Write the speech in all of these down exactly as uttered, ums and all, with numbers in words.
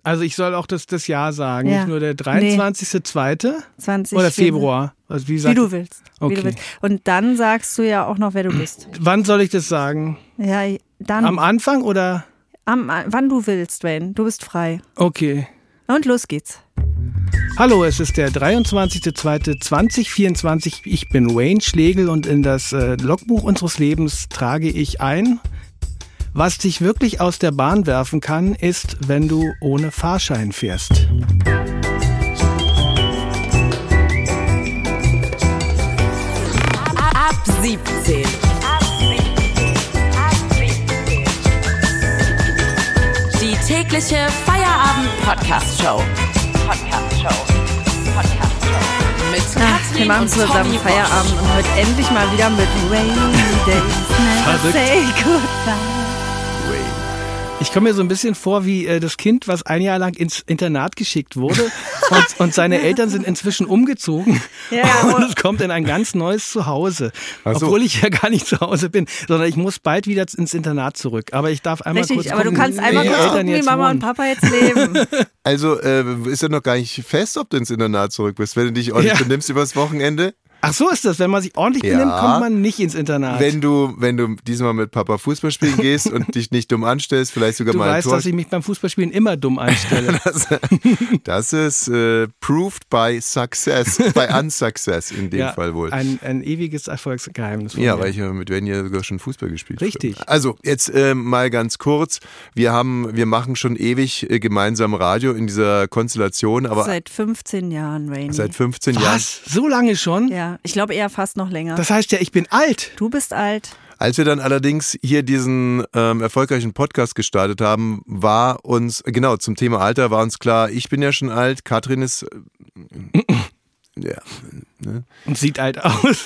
Also ich soll auch das, das Jahr sagen, Ja. nicht nur der dreiundzwanzigster zweite zwanzig oder Februar. Also wie, Wie sagt, du willst. Wie Okay. du willst. Und dann sagst du ja auch noch, wer du bist. Wann soll ich das sagen? Ja, dann. Am Anfang oder? Am, wann du willst, Wayne. Du bist frei. Okay. Und los geht's. Hallo, es ist der dreiundzwanzigster zweite zweitausendvierundzwanzig. Ich bin Wayne Schlegel und in das äh, Logbuch unseres Lebens trage ich ein: Was dich wirklich aus der Bahn werfen kann, ist, wenn du ohne Fahrschein fährst. Ab siebzehn. Die tägliche Feierabend-Podcast-Show. Podcast-Show. Podcast-Show. Mit Ach, wir Katrin machen und zusammen Tommy Feierabend und heute endlich mal wieder mit Rainy Days. Never Verrückt. say goodbye. Ich komme mir so ein bisschen vor wie äh, das Kind, was ein Jahr lang ins Internat geschickt wurde und, und seine Eltern sind inzwischen umgezogen Ja, und es kommt in ein ganz neues Zuhause. Ach so. Obwohl ich ja gar nicht zu Hause bin, sondern ich muss bald wieder ins Internat zurück. Aber ich darf einmal kurz Richtig, aber du gucken, kannst wie einmal die kurz Eltern gucken, wie jetzt Mama wohnen. und Papa jetzt leben. Also äh, ist ja noch gar nicht fest, ob du ins Internat zurück bist. Wenn du dich ordentlich Ja. benimmst übers Wochenende. Ach so ist das, wenn man sich ordentlich Ja. benimmt, kommt man nicht ins Internat. Wenn du, wenn du diesmal mit Papa Fußball spielen gehst und dich nicht dumm anstellst, vielleicht sogar du mal ein weißt, Tor. dass ich mich beim Fußballspielen immer dumm anstelle. Das, das ist äh, proved by success, by unsuccess in dem ja, Fall wohl. Ein, ein ewiges Erfolgsgeheimnis. von Ja, mir. weil ich ja mit Sven ja sogar schon Fußball gespielt habe. Richtig. Also jetzt äh, mal ganz kurz. Wir haben, wir machen schon ewig äh, gemeinsam Radio in dieser Konstellation, aber Seit fünfzehn Jahren, Rainy. seit fünfzehn Jahren. Was? So lange schon? Ja, ich glaube eher fast noch länger. Das heißt ja, ich bin alt. Du bist alt. Als wir dann allerdings hier diesen ähm, erfolgreichen Podcast gestartet haben, war uns, genau, zum Thema Alter war uns klar, ich bin ja schon alt, Katrin ist, äh, ja, ne? Und sieht alt aus.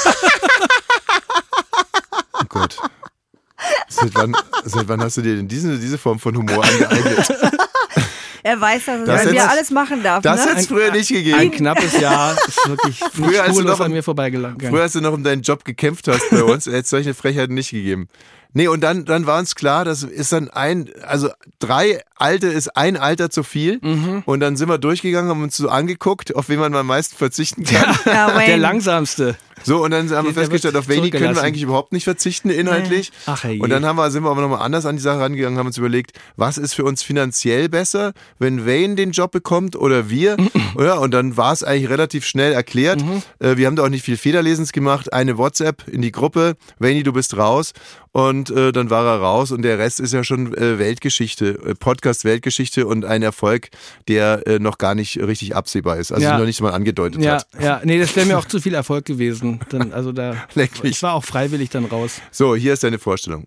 Oh Gott. Seit wann, seit wann hast du dir denn diese, diese Form von Humor angeeignet? Er weiß, dass Das er hätt's- alles machen darf. Das ne? hätte es früher nicht gegeben. Ein knappes Jahr ist wirklich Früher, nicht als du spurlos noch- an mir vorbeigegangen. Früher, als du noch um deinen Job gekämpft hast bei uns, hätte es solche Frechheiten nicht gegeben. Nee, und dann, dann war uns klar, das ist dann ein, also drei Alte ist ein Alter zu viel. Mhm. Und dann sind wir durchgegangen, haben uns so angeguckt, auf wen man am meisten verzichten kann. Ja, Wayne. Der langsamste. So, und dann haben wir Der festgestellt, wird auf Veni können wir zurückgelassen. eigentlich überhaupt nicht verzichten inhaltlich. Ach, herrje. Und dann haben wir, sind wir aber nochmal anders an die Sache rangegangen, haben uns überlegt, was ist für uns finanziell besser, wenn Wayne den Job bekommt oder wir? Ja, und dann war es eigentlich relativ schnell erklärt. Mhm. Äh, Wir haben da auch nicht viel Federlesens gemacht. Eine WhatsApp in die Gruppe, Wayne, du bist raus. Und äh, dann war er raus und der Rest ist ja schon äh, Weltgeschichte, äh, Podcast-Weltgeschichte und ein Erfolg, der äh, noch gar nicht richtig absehbar ist, also Ja. noch nicht mal angedeutet Ja, hat. ja, nee, das wäre mir auch zu viel Erfolg gewesen. Dann, also da, Leck mich. ich war auch freiwillig dann raus. So, hier ist deine Vorstellung.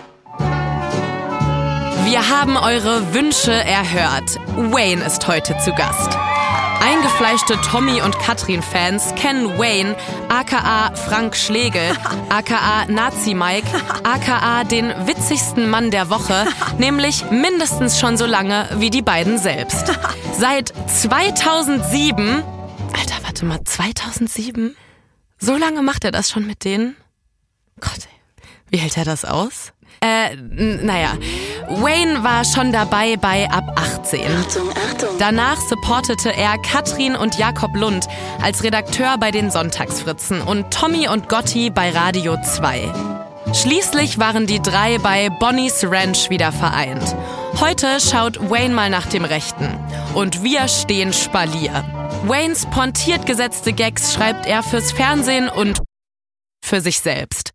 Wir haben eure Wünsche erhört. Wayne ist heute zu Gast. Eingefleischte Tommy- und Katrin-Fans kennen Wayne, aka Frank Schlegel, aka Nazi-Mike, aka den witzigsten Mann der Woche, nämlich mindestens schon so lange wie die beiden selbst. Seit zweitausendsieben, Alter, warte mal, zweitausendsieben? So lange macht er das schon mit denen? Gott, ey, wie hält er das aus? Äh, n- naja, Wayne war schon dabei bei Ab achtzehn. Achtung, Achtung. Danach supportete er Katrin und Jakob Lund als Redakteur bei den Sonntagsfritzen und Tommy und Gotti bei Radio zwei. Schließlich waren die drei bei Bonnie's Ranch wieder vereint. Heute schaut Wayne mal nach dem Rechten. Und wir stehen Spalier. Waynes pointiert gesetzte Gags schreibt er fürs Fernsehen und für sich selbst.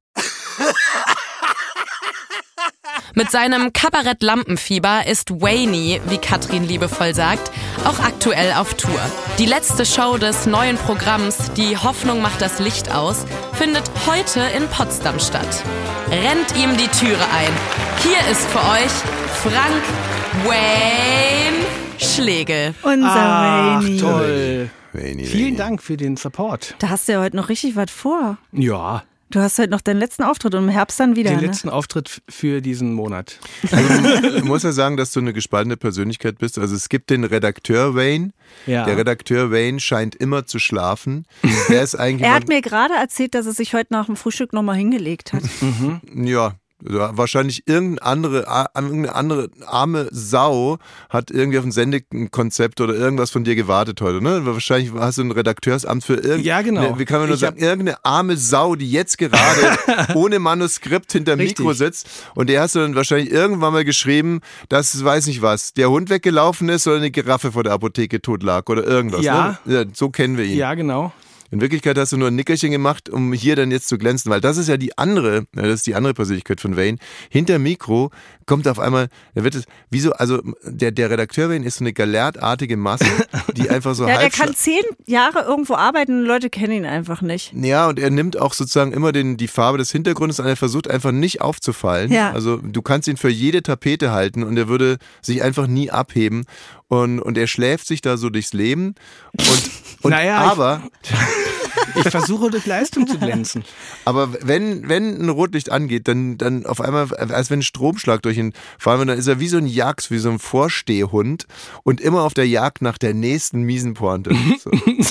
Mit seinem Kabarett Lampenfieber ist Wayne, wie Katrin liebevoll sagt, auch aktuell auf Tour. Die letzte Show des neuen Programms Die Hoffnung macht das Licht aus findet heute in Potsdam statt. Rennt ihm die Türe ein. Hier ist für euch Frank Wayne Schlegel. Unser Ach, Rainy. toll. Veni, Vielen Veni. Dank für den Support. Da hast du ja heute noch richtig was vor. Ja, Du hast heute noch deinen letzten Auftritt und im Herbst dann wieder, den ne? letzten Auftritt f- für diesen Monat. Ich muss ja sagen, dass du eine gespaltene Persönlichkeit bist. Also es gibt den Redakteur Wayne. Ja. Der Redakteur Wayne scheint immer zu schlafen. Er ist eigentlich Er hat mir gerade erzählt, dass er sich heute nach dem Frühstück nochmal hingelegt hat. ja, Wahrscheinlich irgendeine andere, irgendeine andere arme Sau hat irgendwie auf ein Sendekonzept oder irgendwas von dir gewartet heute, ne? Wahrscheinlich hast du ein Redakteursamt für irgendeine, ja, genau. wie kann man nur ich sagen, irgendeine arme Sau, die jetzt gerade ohne Manuskript hinterm Richtig. Mikro sitzt und der hast du dann wahrscheinlich irgendwann mal geschrieben, dass, weiß nicht was, der Hund weggelaufen ist oder eine Giraffe vor der Apotheke tot lag oder irgendwas, ja. ne? Ja, so kennen wir ihn. Ja, genau. In Wirklichkeit hast du nur ein Nickerchen gemacht, um hier dann jetzt zu glänzen, weil das ist ja die andere, das ist die andere Persönlichkeit von Wayne. Hinter Mikro kommt auf einmal, da wird es, wieso, also der, der Redakteur Wayne ist so eine galertartige Masse, die einfach so Ja, der halb... kann zehn Jahre irgendwo arbeiten und Leute kennen ihn einfach nicht. Ja, und er nimmt auch sozusagen immer den, die Farbe des Hintergrundes an, er versucht einfach nicht aufzufallen. Ja. Also du kannst ihn für jede Tapete halten und er würde sich einfach nie abheben und, und er schläft sich da so durchs Leben und, und Naja, aber... Ich versuche durch Leistung zu glänzen. Aber wenn, wenn ein Rotlicht angeht, dann, dann auf einmal, als wenn ein Stromschlag durch ihn, vor allem dann ist er wie so ein Jagd, wie so ein Vorstehhund und immer auf der Jagd nach der nächsten miesen Pointe. So.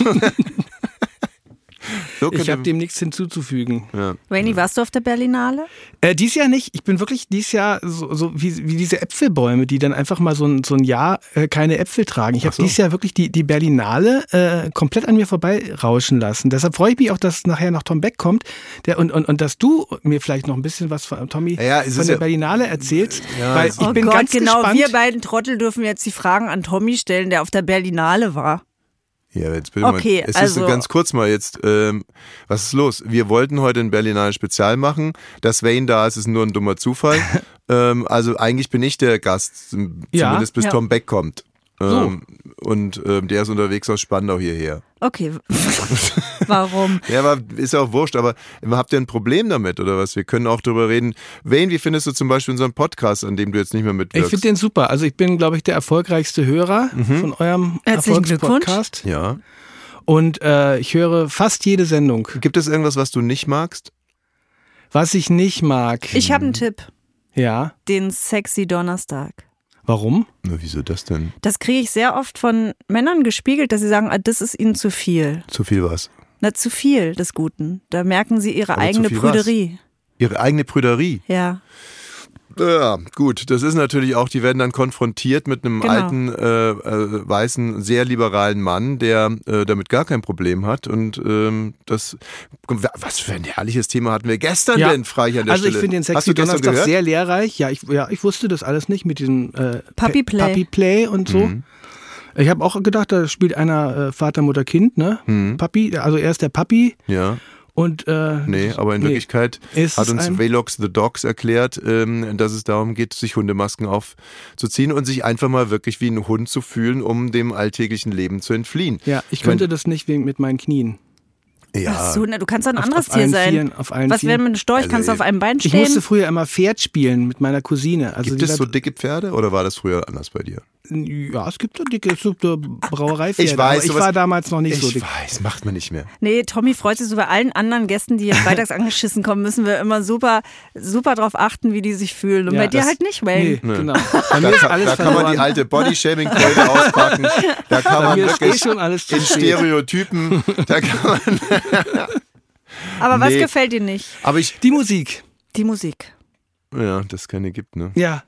So Ich könnte- habe dem nichts hinzuzufügen. ja. Wayne, warst du auf der Berlinale? Äh, dies Jahr nicht. Ich bin wirklich dies Jahr so, so wie, wie diese Äpfelbäume, die dann einfach mal so ein, so ein Jahr äh, keine Äpfel tragen. Ich habe so. dieses Jahr wirklich die, die Berlinale äh, komplett an mir vorbeirauschen lassen. Deshalb freue ich mich auch, dass nachher noch Tom Beck kommt der, und, und, und dass du mir vielleicht noch ein bisschen was von Tommy Ja, es von ist der ja- Berlinale erzählst. Ja, weil es- ich Oh bin Gott, ganz genau, gespannt. wir beiden Trottel dürfen jetzt die Fragen an Tommy stellen, der auf der Berlinale war. Ja, jetzt bitte Okay, mal. Es also- ist ganz kurz mal jetzt, ähm, was ist los? Wir wollten heute ein Berlinale Spezial machen. Dass Wayne da ist, ist nur ein dummer Zufall. ähm, also eigentlich bin ich der Gast, zumindest Ja. bis Ja. Tom Beck kommt. So. Ähm, und ähm, der ist unterwegs aus Spandau hierher. Okay, warum? Ja, aber ist ja auch wurscht, aber habt ihr ein Problem damit oder was? Wir können auch darüber reden. Wayne, wie findest du zum Beispiel unseren Podcast, an dem du jetzt nicht mehr Ich mitwirkst? finde den super. Also ich bin, glaube ich, der erfolgreichste Hörer von eurem Herzlichen Glückwunsch. Erfolgspodcast. Ja. Und äh, ich höre fast jede Sendung. Gibt es irgendwas, was du nicht magst? Was ich nicht mag. Ich habe einen Tipp, Ja. den Sexy Donnerstag. Warum? Na, wieso das denn? Das kriege ich sehr oft von Männern gespiegelt, dass sie sagen, ah, das ist ihnen zu viel. Zu viel was? Na, zu viel des Guten. Da merken sie ihre Aber zu eigene viel Prüderie. Ihre eigene Prüderie. Ja. Ja, gut, das ist natürlich auch, die werden dann konfrontiert mit einem Genau. alten, äh, äh, weißen, sehr liberalen Mann, der äh, damit gar kein Problem hat. Und ähm, das, was für ein herrliches Thema hatten wir gestern Ja. denn, frage ich an der Also ich Stelle. finde den Hast Sexy du gestern Donnerstag gehört? sehr lehrreich. Ja ich, ja, ich wusste das alles nicht mit diesem äh, Puppy Play. Puppy Play und so. Mhm. Ich habe auch gedacht, da spielt einer äh, Vater, Mutter, Kind, ne? Mhm. Papi, also er ist der Papi Ja, und äh, nee, aber in nee. Wirklichkeit Ist hat es uns ein- Velox the Dogs erklärt, ähm, dass es darum geht, sich Hundemasken aufzuziehen und sich einfach mal wirklich wie ein Hund zu fühlen, um dem alltäglichen Leben zu entfliehen. ja, ich könnte das nicht wegen mit meinen Knien. Ja, Ach so, na, du kannst doch ein Auf- anderes auf Tier allen sein. Vieren, auf allen Was Vieren. wäre mit einem Storch? Also, Kannst du auf einem Bein Ich stehen? musste früher immer Pferd spielen mit meiner Cousine. Also gibt die es so war- dicke Pferde oder war das früher anders bei dir? Ja, es gibt so dicke, es gibt so Brauereipferde. Ich weiß, aber ich sowas- war damals noch nicht Ich so dick. weiß, macht man nicht mehr. Nee, Tommy freut sich so, bei allen anderen Gästen, die hier freitags angeschissen kommen, müssen wir immer super, super drauf achten, wie die sich fühlen. Und Ja, bei dir das- halt nicht, Wayne. Nee, genau. Bei Da, mir ist kann, alles da kann man verloren. die alte Bodyshaming-Keule auspacken. Da kann Bei man mir ist eh wirklich schon alles zu in spät. Stereotypen. Da kann man, Aber was Nee. gefällt dir nicht? aber ich, Die Musik. Die Musik. ja, das keine gibt, ne? Ja.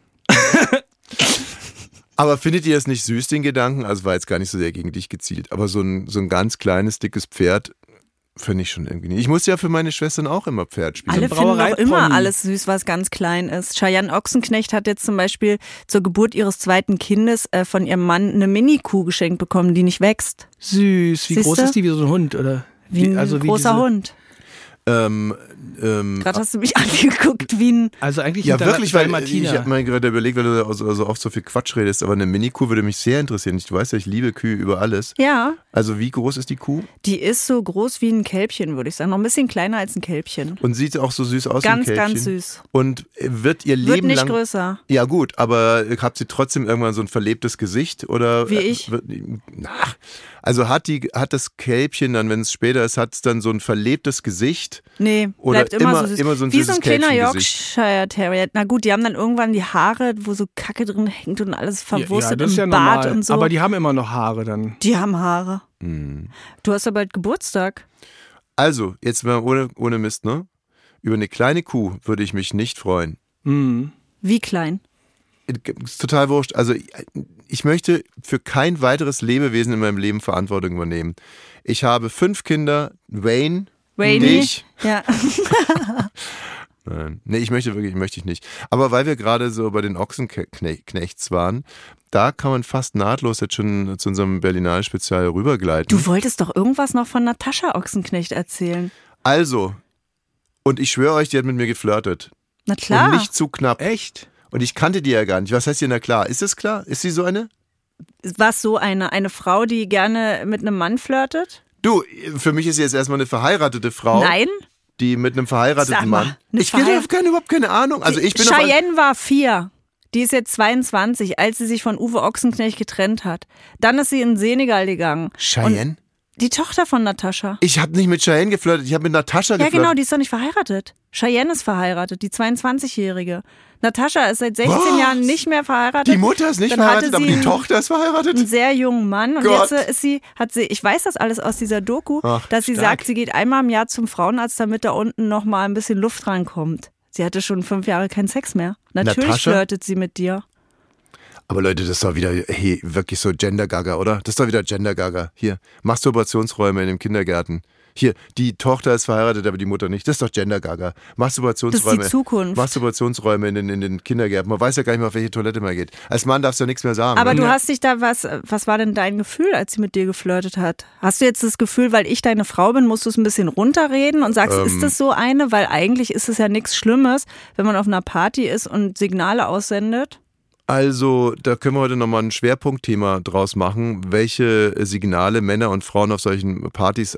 Aber findet ihr es nicht süß, den Gedanken? Also war jetzt gar nicht so sehr gegen dich gezielt, aber so ein, so ein ganz kleines, dickes Pferd finde ich schon irgendwie nicht. Ich musste ja für meine Schwestern auch immer Pferd spielen. Alle ein finden doch immer Brauereipony. alles süß, was ganz klein ist. Cheyenne Ochsenknecht hat jetzt zum Beispiel zur Geburt ihres zweiten Kindes äh, von ihrem Mann eine Mini-Kuh geschenkt bekommen, die nicht wächst. Süß. Wie Siehste? groß ist die? Wie so ein Hund, oder? Wie ein also wie großer diese, Hund. Ähm, ähm, Gerade hast du mich angeguckt wie ein... Also eigentlich ja, ein wirklich, Dal- weil Dalmatiner. ich habe mir gerade überlegt, weil du so, so oft so viel Quatsch redest, aber eine Mini-Kuh würde mich sehr interessieren. Du weißt ja, ich liebe Kühe über alles. Ja, Also wie groß ist die Kuh? die ist so groß wie ein Kälbchen, würde ich sagen. Noch ein bisschen kleiner als ein Kälbchen. Und sieht auch so süß aus Ganz, wie ein Kälbchen. ganz süß. Und wird ihr Wird Leben nicht lang... größer. Ja gut, aber habt sie trotzdem irgendwann so ein verlebtes Gesicht? Oder Wie ich. Wird, na, also hat, die, hat das Kälbchen dann, wenn es später ist, hat es dann so ein verlebtes Gesicht? Nee, Oder bleibt immer, immer- so süß. immer so ein wie süßes so ein kleiner Kälbchengesicht. Yorkshire Terrier. Na gut, die haben dann irgendwann die Haare, wo so Kacke drin hängt und alles ja, ja, verwurstet das ist ja im Bart normal. und so. Aber die haben immer noch Haare dann. Die haben Haare. Hm. Du hast ja bald Geburtstag. Also, jetzt mal ohne, ohne Mist, ne? Über eine kleine Kuh würde ich mich nicht freuen. Mhm. Wie klein? Ist total wurscht. Also ich möchte für kein weiteres Lebewesen in meinem Leben Verantwortung übernehmen. Ich habe fünf Kinder, Wayne, Wayne, dich. Ja. Nein, nee, ich möchte wirklich, möchte ich nicht. Aber weil wir gerade so bei den Ochsenknechts waren, da kann man fast nahtlos jetzt schon zu unserem Berlinale-Spezial rübergleiten. Du wolltest doch irgendwas noch von Natascha Ochsenknecht erzählen. Also, und ich schwöre euch, die hat mit mir geflirtet. Na klar. Und nicht zu knapp. Echt? Und ich kannte die ja gar nicht. Was heißt hier, na klar? Ist das klar? Ist sie so eine? Was so eine? Eine Frau, die gerne mit einem Mann flirtet? Du, für mich ist sie jetzt erstmal eine verheiratete Frau. Nein. Die mit einem verheirateten Sag mal, Mann. eine Ich habe Verheir- keine, überhaupt keine Ahnung. Also ich bin auf ein- Cheyenne war vier. Die ist jetzt zweiundzwanzig, als sie sich von Uwe Ochsenknecht getrennt hat. Dann ist sie in Senegal gegangen. Cheyenne? Die Tochter von Natascha. Ich habe nicht mit Cheyenne geflirtet, ich habe mit Natascha Ja, geflirtet. genau, die ist doch nicht verheiratet. Cheyenne ist verheiratet, die zweiundzwanzigjährige. Natascha ist seit sechzehn Was? Jahren nicht mehr verheiratet. Die Mutter ist nicht Dann verheiratet, hatte aber sie die Tochter ist verheiratet? einen sehr jungen Mann. Und Gott. jetzt äh, ist sie, hat sie, ich weiß das alles aus dieser Doku, Ach, dass sie stark. sagt, sie geht einmal im Jahr zum Frauenarzt, damit da unten nochmal ein bisschen Luft rankommt. Sie hatte schon fünf Jahre keinen Sex mehr. Natürlich Natascha? flirtet sie mit dir. Aber Leute, das ist doch wieder, hey, wirklich so Gender-Gaga, oder? Das ist doch wieder Gender-Gaga. Hier, Masturbationsräume in den Kindergärten. Hier, die Tochter ist verheiratet, aber die Mutter nicht. Das ist doch Gender-Gaga. Masturbationsräume. Das ist die Zukunft. Masturbationsräume in den, in den Kindergärten. Man weiß ja gar nicht mehr, auf welche Toilette man geht. Als Mann darfst du ja nichts mehr sagen. Aber ne? du hast dich da, was, was war denn dein Gefühl, als sie mit dir geflirtet hat? Hast du jetzt das Gefühl, weil ich deine Frau bin, musst du es ein bisschen runterreden und sagst, Ähm. ist das so eine? Weil eigentlich ist es ja nichts Schlimmes, wenn man auf einer Party ist und Signale aussendet. Also, da können wir heute nochmal ein Schwerpunktthema draus machen, welche Signale Männer und Frauen auf solchen Partys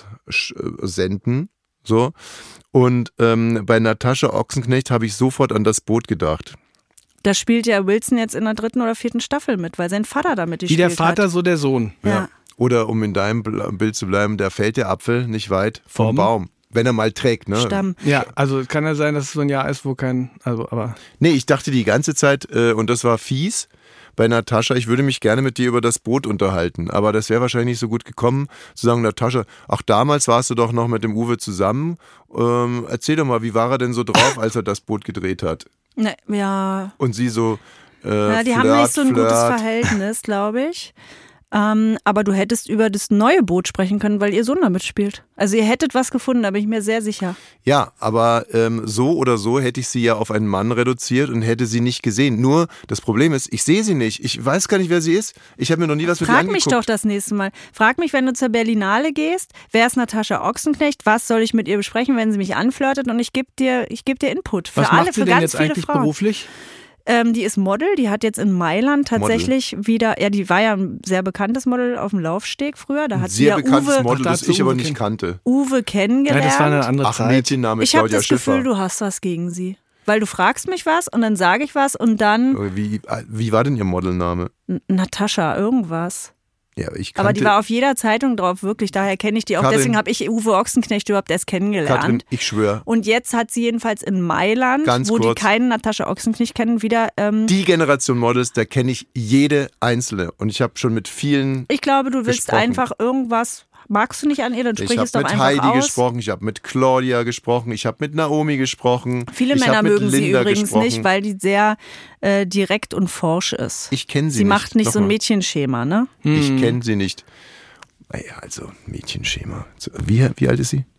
aussenden. So. Und ähm, bei Natascha Ochsenknecht habe ich sofort an das Boot gedacht. Da spielt ja Wilson jetzt in der dritten oder vierten Staffel mit, weil sein Vater damit Wie gespielt der Vater, hat. so der Sohn. Ja. Oder um in deinem Bild zu bleiben, da fällt der Apfel nicht weit vom Vom? Baum. Wenn er mal trägt, ne? Stamm. Ja, also kann ja sein, dass es so ein Jahr ist, wo kein, also aber Nee, ich dachte die ganze Zeit, äh, und das war fies, bei Natascha, ich würde mich gerne mit dir über das Boot unterhalten, aber das wäre wahrscheinlich nicht so gut gekommen, zu sagen, Natascha, ach damals warst du doch noch mit dem Uwe zusammen, ähm, erzähl doch mal, wie war er denn so drauf, als er das Boot gedreht hat? Ne, ja, Und sie so, äh, ja, die Flirt, haben nicht so ein Flirt. gutes Verhältnis, glaube ich. Ähm, aber du hättest über das neue Boot sprechen können, weil ihr Sohn da mitspielt. Also ihr hättet was gefunden, da bin ich mir sehr sicher. Ja, aber ähm, so oder so hätte ich sie ja auf einen Mann reduziert und hätte sie nicht gesehen. Nur, das Problem ist, ich sehe sie nicht. Ich weiß gar nicht, wer sie ist. Ich habe mir noch nie was mit ihr Frag angeguckt. mich doch das nächste Mal. Frag mich, wenn du zur Berlinale gehst, wer ist Natascha Ochsenknecht, was soll ich mit ihr besprechen, wenn sie mich anflirtet und ich gebe dir, ich geb dir Input. Für was alle, macht sie für denn ganz jetzt viele eigentlich Frauen. beruflich? Ähm, die ist Model, die hat jetzt in Mailand tatsächlich wieder, ja, die war ja ein sehr bekanntes Model auf dem Laufsteg früher. Da hat sie Sehr ja bekanntes Uwe, Model, Ach, das dazu ich aber Uwe nicht kenn- kannte. Uwe Ja, kennengelernt. das war eine andere Ach, Zeit. Mädchenname Ich habe Claudia das Schiffer. Gefühl, du hast was gegen sie. Weil du fragst mich was und dann sage ich was und dann Wie, wie war denn ihr Modelname? N- Natascha irgendwas. Ja, ich kannte, Aber die war auf jeder Zeitung drauf, wirklich. Daher kenne ich die auch. Katrin- Deswegen habe ich Uwe Ochsenknecht überhaupt erst kennengelernt. Katrin, ich schwöre. Und jetzt hat sie jedenfalls in Mailand, Ganz wo die kurz. keinen Natascha Ochsenknecht kennen, wieder. Ähm, Die Generation Models, da kenne ich jede einzelne. Und ich habe schon mit vielen. ich glaube, du willst gesprochen. einfach irgendwas. Magst du nicht an ihr, dann sprich Ich es doch habe mit einfach Heidi aus. gesprochen, ich habe mit Claudia gesprochen, ich habe mit Naomi gesprochen. Viele ich Männer hab mit mögen sie Linda übrigens gesprochen. nicht, weil die sehr äh, direkt und forsch ist. Ich kenne sie, sie nicht. macht nicht so ein Nochmal. Mädchenschema, ne? Ich kenne sie nicht. Naja, also Mädchenschema. Wie, wie alt ist sie?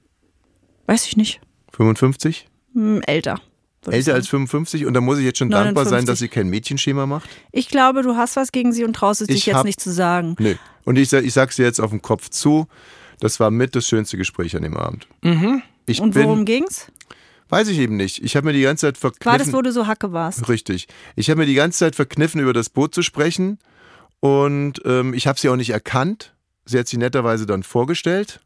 Weiß ich nicht. fünfundfünfzig? Hm, älter. würde ich Älter sagen. als fünfundfünfzig? Und da muss ich jetzt schon dankbar sein, neunundfünfzig. dass sie kein Mädchenschema macht? Ich glaube, du hast was gegen sie und traust es Ich dich jetzt hab- nicht zu sagen. Nö. Und ich, sag- ich sag's dir jetzt auf den Kopf zu, das war mit das schönste Gespräch an dem Abend. Mhm. Ich Und bin, worum ging's? weiß ich eben nicht. Ich habe mir die ganze Zeit verkniffen. War das, wo du so Hacke warst? Richtig. Ich habe mir die ganze Zeit verkniffen, über das Boot zu sprechen. Und ähm, ich habe sie auch nicht erkannt. Sie hat sie netterweise dann vorgestellt.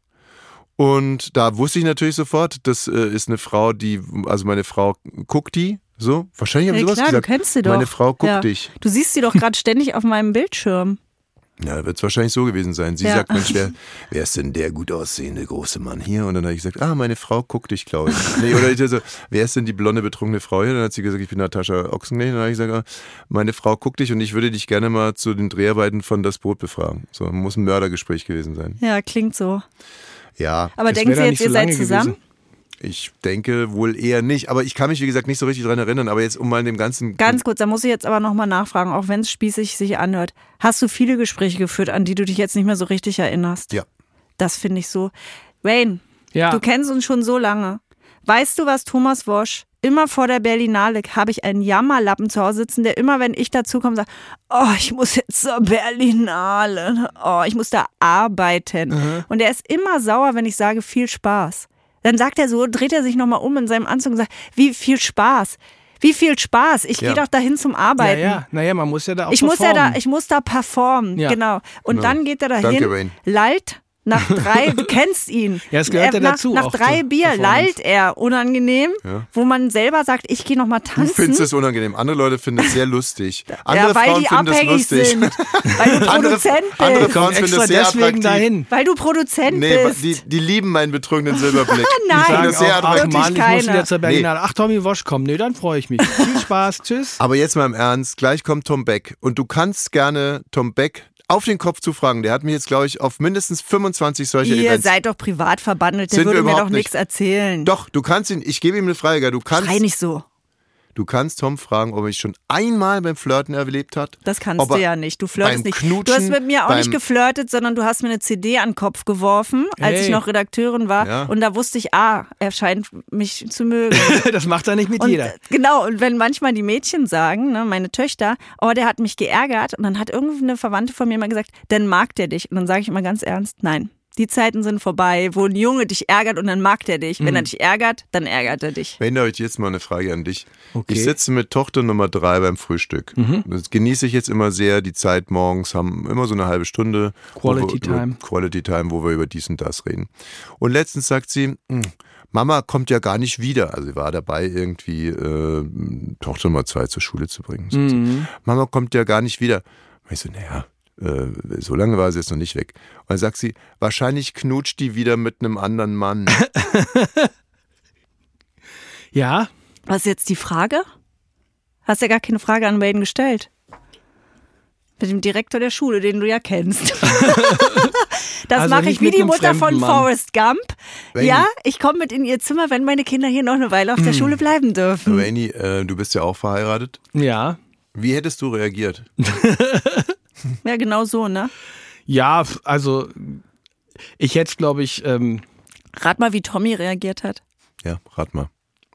Und da wusste ich natürlich sofort, das äh, ist eine Frau, die, also meine Frau guckt die. So, wahrscheinlich habe ich Ja, sowas klar, gesagt. du kennst sie doch. Meine Frau guckt Ja. dich. Du siehst sie doch gerade ständig auf meinem Bildschirm. Ja, wird es wahrscheinlich so gewesen sein. Sie Ja. sagt, Mensch, wer, wer ist denn der gut aussehende große Mann hier? Und dann habe ich gesagt, ah, meine Frau guckt dich, glaube ich. Nee, oder ich so, wer ist denn die blonde, betrunkene Frau hier? Dann hat sie gesagt, ich bin Natascha Ochsenknecht. Und dann habe ich gesagt, ah, meine Frau guckt dich und ich würde dich gerne mal zu den Dreharbeiten von Das Boot befragen. So, muss ein Mördergespräch gewesen sein. Ja, klingt so. Ja, Aber Das denken wär Sie da jetzt, nicht ihr so seid lange zusammen? gewesen. Ich denke wohl eher nicht. Aber ich kann mich, wie gesagt, nicht so richtig dran erinnern. Aber jetzt, um mal in dem ganzen... Ganz kurz, da muss ich jetzt aber nochmal nachfragen, auch wenn es spießig sich anhört. Hast du viele Gespräche geführt, an die du dich jetzt nicht mehr so richtig erinnerst? Ja. Das finde ich so. Wayne, Ja. du kennst uns schon so lange. Weißt du, was Thomas Wosch immer vor der Berlinale, habe ich einen Jammerlappen zu Hause sitzen, der immer, wenn ich dazu komme, sagt, oh, ich muss jetzt zur Berlinale. Oh, ich muss da arbeiten. Mhm. Und er ist immer sauer, wenn ich sage, viel Spaß. Dann sagt er so, dreht er sich nochmal um in seinem Anzug und sagt, wie viel Spaß. Wie viel Spaß. Ich Ja. gehe doch dahin zum Arbeiten. Ja, ja. Naja, man muss ja da auch Ich muss performen. ja da, ich muss da performen, Ja. genau. Und Genau. dann geht er dahin, Danke, Wayne. lallt nach drei, du kennst ihn. Ja, es gehört ja nach, dazu Nach auch drei zur Bier Performance. lallt er, unangenehm, Ja. wo man selber sagt, ich gehe nochmal Du tanzen. findest es unangenehm. Andere Leute finden es sehr lustig. Andere ja, weil Frauen die finden es abhängig lustig. sind. Weil du Andere- Produzent andere bist. Frauen Komm finden extra es sehr deswegen attraktiv. dahin. Weil du Produzent Nee, bist. die, die lieben meinen betrügenden Silberblick. Nein. Die finden Sagen es sehr auch, ach attraktiv. Mann, ich muss keiner. wieder zur Berlinale. Ach, Tommy Wosch kommt. Nee, dann freue ich mich. Viel Spaß. Tschüss. Aber jetzt mal im Ernst, gleich kommt Tom Beck. Und du kannst gerne Tom Beck auf den Kopf zufragen. Der hat mich jetzt, glaube ich, auf mindestens fünfundzwanzig solche Ihr Events. seid doch privat verbandelt, der Sind wir würde mir überhaupt doch nichts nicht. erzählen. Doch, du kannst ihn, ich gebe ihm eine Frage. Du kannst, Schrei nicht so. du kannst Tom fragen, ob er mich schon einmal beim Flirten erlebt hat. Das kannst Ob du er ja nicht. Du flirtest beim nicht. Knutschen, Du hast mit mir auch beim- nicht geflirtet, sondern du hast mir eine C D an den Kopf geworfen, als Hey. ich noch Redakteurin war. Ja. Und da wusste ich, ah, er scheint mich zu mögen. Das macht er nicht mit Und jeder. äh, genau, und wenn manchmal die Mädchen sagen, ne, meine Töchter, oh, der hat mich geärgert, und dann hat irgendeine Verwandte von mir mal gesagt, dann mag der dich. Und dann sage ich immer ganz ernst, nein. Die Zeiten sind vorbei, wo ein Junge dich ärgert und dann mag der dich. Wenn er dich ärgert, dann ärgert er dich. Wenn euch jetzt mal eine Frage an dich. Okay. Ich sitze mit Tochter Nummer drei beim Frühstück. Das genieße ich jetzt immer sehr. Die Zeit morgens haben immer so eine halbe Stunde. Quality wo wir, Time. Über, Quality Time, wo wir über dies und das reden. Und letztens sagt sie, "Hm, Mama kommt ja gar nicht wieder. Also sie war dabei, irgendwie äh, Tochter Nummer zwei zur Schule zu bringen. Sagt sie, Mama kommt ja gar nicht wieder. Und ich so, naja, äh, so lange war sie jetzt noch nicht weg. Und dann sagt sie, wahrscheinlich knutscht die wieder mit einem anderen Mann. Ja, Was ist jetzt die Frage? Hast ja gar keine Frage an Wayne gestellt. Mit dem Direktor der Schule, den du ja kennst. Das Also mache nicht ich wie mit die einem Mutter von fremden Mann. Forrest Gump. Wayne. Ja, ich komme mit in ihr Zimmer, wenn meine Kinder hier noch eine Weile auf der Schule bleiben dürfen. Rainy, äh, du bist ja auch verheiratet. ja. Wie hättest du reagiert? Ja, genau so, ne? Ja, also ich hätte, glaube ich, ähm, Rat mal, wie Tommy reagiert hat. Ja, rat mal.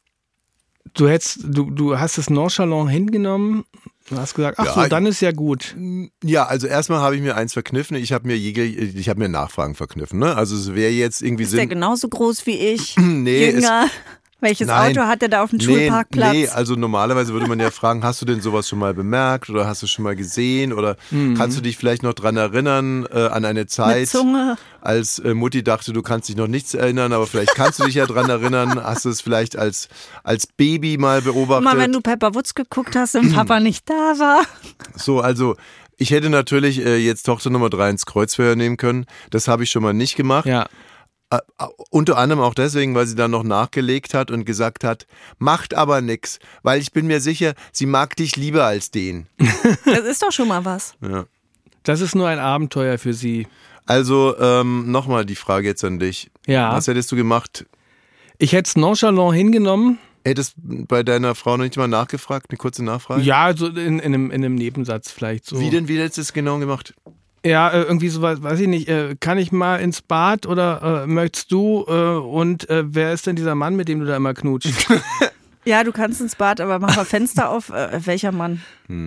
du hättest, du, du hast es nonchalant hingenommen. Du hast gesagt, ach Ja, so, dann ist ja gut. Ja, also erstmal habe ich mir eins verkniffen. Ich habe mir jegliche, ich habe mir Nachfragen verkniffen. Ne? Also es wäre jetzt irgendwie Ist der Sinn. genauso groß wie ich? Nee, Jünger? Welches Nein. Auto hat er da auf dem Nee, Schulparkplatz? nee, also normalerweise würde man ja fragen, hast du denn sowas schon mal bemerkt oder hast du schon mal gesehen oder kannst du dich vielleicht noch dran erinnern äh, an eine Mit Zeit, Zunge? als äh, Mutti dachte, du kannst dich noch nichts erinnern, aber vielleicht kannst du dich ja dran erinnern, hast du es vielleicht als, als Baby mal beobachtet. Mal, wenn du Pepper Woods geguckt hast und Papa nicht da war. So, also ich hätte natürlich äh, jetzt Tochter Nummer drei ins Kreuzfeuer nehmen können, das habe ich schon mal nicht gemacht. Ja. Äh, unter anderem auch deswegen, weil sie dann noch nachgelegt hat und gesagt hat, macht aber nix, weil ich bin mir sicher, sie mag dich lieber als den. Das ist doch schon mal was. Ja. Das ist nur ein Abenteuer für sie. Also ähm, nochmal die Frage jetzt an dich. Ja. Was hättest du gemacht? Ich hätte es nonchalant hingenommen. Hättest bei deiner Frau noch nicht mal nachgefragt, eine kurze Nachfrage? Ja, so in, in, einem, in einem Nebensatz vielleicht so. Wie denn, wie hättest du es genau gemacht? Ja, äh, irgendwie so, weiß ich nicht, äh, kann ich mal ins Bad oder äh, möchtest du äh, und äh, wer ist denn dieser Mann, mit dem du da immer knutscht? Ja, du kannst ins Bad, aber mach mal Fenster auf. Äh, welcher Mann?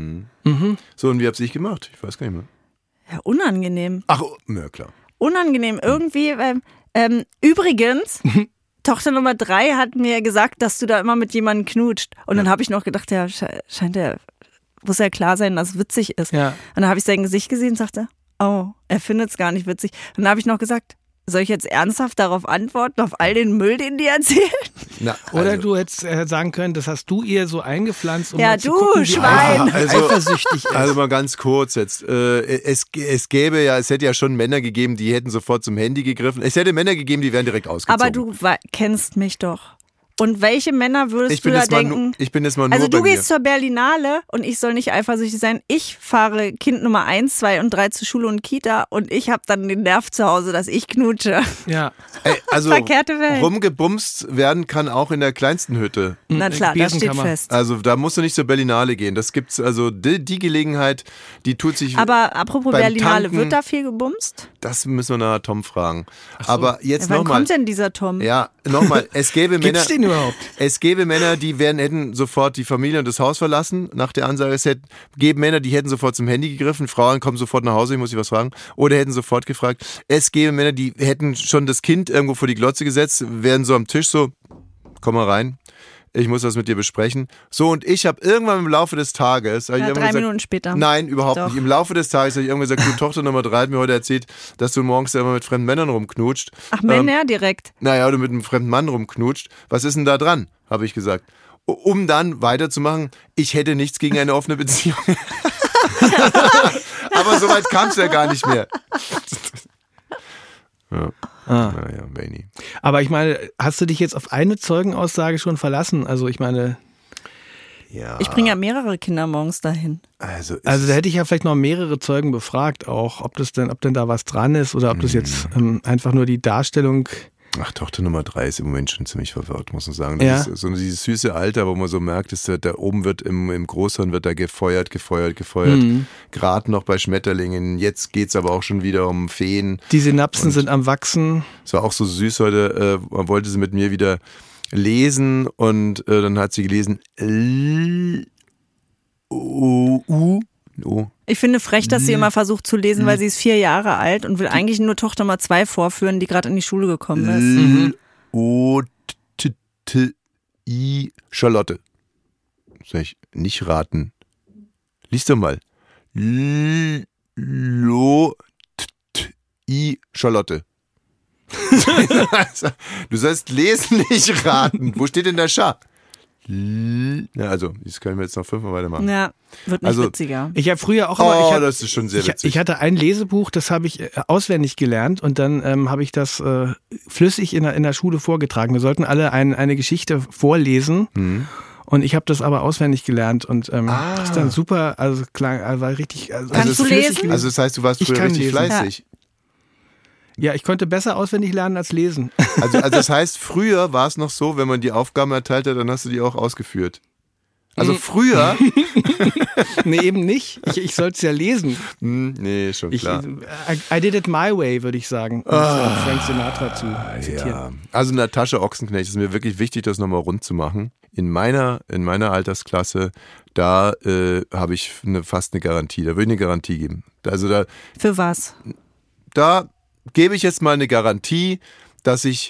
So, und wie hab's ich gemacht? Ich weiß gar nicht mehr. Ja, unangenehm. Ach, oh, na klar. Unangenehm. Irgendwie, ähm, ähm, übrigens, Tochter Nummer drei hat mir gesagt, dass du da immer mit jemandem knutscht. Und dann habe ich noch gedacht, ja, sche- scheint ja, muss ja klar sein, dass es witzig ist. Ja. Und dann habe ich sein Gesicht gesehen und sagte, oh, er findet es gar nicht witzig. Und dann habe ich noch gesagt, soll ich jetzt ernsthaft darauf antworten, auf all den Müll, den die erzählen? Na, Oder also, du hättest äh, sagen können, das hast du ihr so eingepflanzt, um Ja, mal zu du, gucken, wie Schwein. eifer- Also- eifersüchtig ist. Also mal ganz kurz jetzt. Äh, es, es gäbe ja, es hätte ja schon Männer gegeben, die hätten sofort zum Handy gegriffen. Es hätte Männer gegeben, die wären direkt ausgezogen. Aber du we- kennst mich doch. Und welche Männer würdest Ich bin, du da jetzt mal, denken? nu- ich bin jetzt mal nur Also du bei gehst mir. zur Berlinale und ich soll nicht eifersüchtig sein. Ich fahre Kind Nummer eins, zwei und drei zur Schule und Kita und ich habe dann den Nerv zu Hause, dass ich knutsche. Ja. Ey, also Verkehrte Welt. rumgebumst werden kann auch in der kleinsten Hütte. Na klar, das steht Besenkammer. fest. Also da musst du nicht zur Berlinale gehen. Das gibt's, also die, die Gelegenheit, die tut sich. Aber apropos beim Berlinale, Tanken, wird da viel gebumst? Das müssen wir nach Tom fragen. Aber jetzt Ja, wann nochmal. kommt denn dieser Tom? Ja, nochmal. Es gäbe Männer. Gibt's den überhaupt? Es gäbe Männer, die werden, hätten sofort die Familie und das Haus verlassen nach der Ansage. Es hätte, gäbe Männer, die hätten sofort zum Handy gegriffen. Frauen kommen sofort nach Hause, ich muss ich was fragen. Oder hätten sofort gefragt. Es gäbe Männer, die hätten schon das Kind irgendwo vor die Glotze gesetzt, wären so am Tisch so, komm mal rein. Ich muss das mit dir besprechen. So, und ich habe irgendwann im Laufe des Tages. hab ich Ja, irgendwann drei gesagt, Minuten später. Nein, überhaupt Doch. nicht. Im Laufe des Tages habe ich irgendwann gesagt, du Tochter Nummer drei hat mir heute erzählt, dass du morgens immer mit fremden Männern rumknutscht. Ach, Männer direkt. Naja, du mit einem fremden Mann rumknutscht. Was ist denn da dran? Habe ich gesagt. Um dann weiterzumachen, ich hätte nichts gegen eine offene Beziehung. Aber so weit kam es ja gar nicht mehr. Ja. Ah. Naja, Wayne. Aber ich meine, hast du dich jetzt auf eine Zeugenaussage schon verlassen? Also ich meine, Ja. Ich bringe ja mehrere Kinder morgens dahin. Also, ist- also da hätte ich ja vielleicht noch mehrere Zeugen befragt auch, ob das denn, ob denn da was dran ist oder ob das jetzt ähm, einfach nur die Darstellung. Ach, Tochter Nummer drei ist im Moment schon ziemlich verwirrt, muss man sagen. Das Ja. ist so dieses süße Alter, wo man so merkt, dass da, da oben wird im, im Großhirn wird da gefeuert, gefeuert, gefeuert. Mhm. Gerade noch bei Schmetterlingen. Jetzt geht's aber auch schon wieder um Feen. Die Synapsen sind am Wachsen. Es war auch so süß heute, äh, wollte sie mit mir wieder lesen und äh, dann hat sie gelesen L O U O. Ich finde frech, dass sie immer versucht zu lesen, weil sie ist vier Jahre alt und will eigentlich nur Tochter Nummer zwei vorführen, die gerade in die Schule gekommen ist. L O T T I Charlotte. Soll ich nicht raten? Lies doch mal. L Lo T T I Charlotte. Du sollst lesen, nicht raten. Wo steht denn der Scha? L- Ja, also, das können wir jetzt noch fünfmal weitermachen. Ja, wird nicht Also, witziger. Ich habe früher auch immer. Oh, ich hab, das ist schon sehr ich, witzig. ich hatte ein Lesebuch, das habe ich äh, auswendig gelernt und dann ähm, habe ich das äh, flüssig in der, in der Schule vorgetragen. Wir sollten alle ein, eine Geschichte vorlesen. Mhm. Und ich habe das aber auswendig gelernt und ähm, Ah. das ist dann super, also klang, also war richtig. Also, Kannst also du flüssig lesen? gelesen. Also das heißt, du warst Ich früher kann richtig lesen. fleißig. Ja, ich konnte besser auswendig lernen als lesen. Also, also das heißt, früher war es noch so, wenn man die Aufgaben erteilt hat, dann hast du die auch ausgeführt. Also Mhm. früher, Nee, eben nicht. Ich, ich sollte es ja lesen. hm, nee, schon Ich, klar. I, I did it my way, würde ich sagen. Um ah, Frank Sinatra zu zitieren. Ja. Also Natascha Ochsenknecht, es ist mir wirklich wichtig, das nochmal rund zu machen. In meiner, in meiner Altersklasse, da äh, habe ich eine, fast eine Garantie, da würde ich eine Garantie geben. Also da, Für was? da gebe ich jetzt mal eine Garantie, dass ich,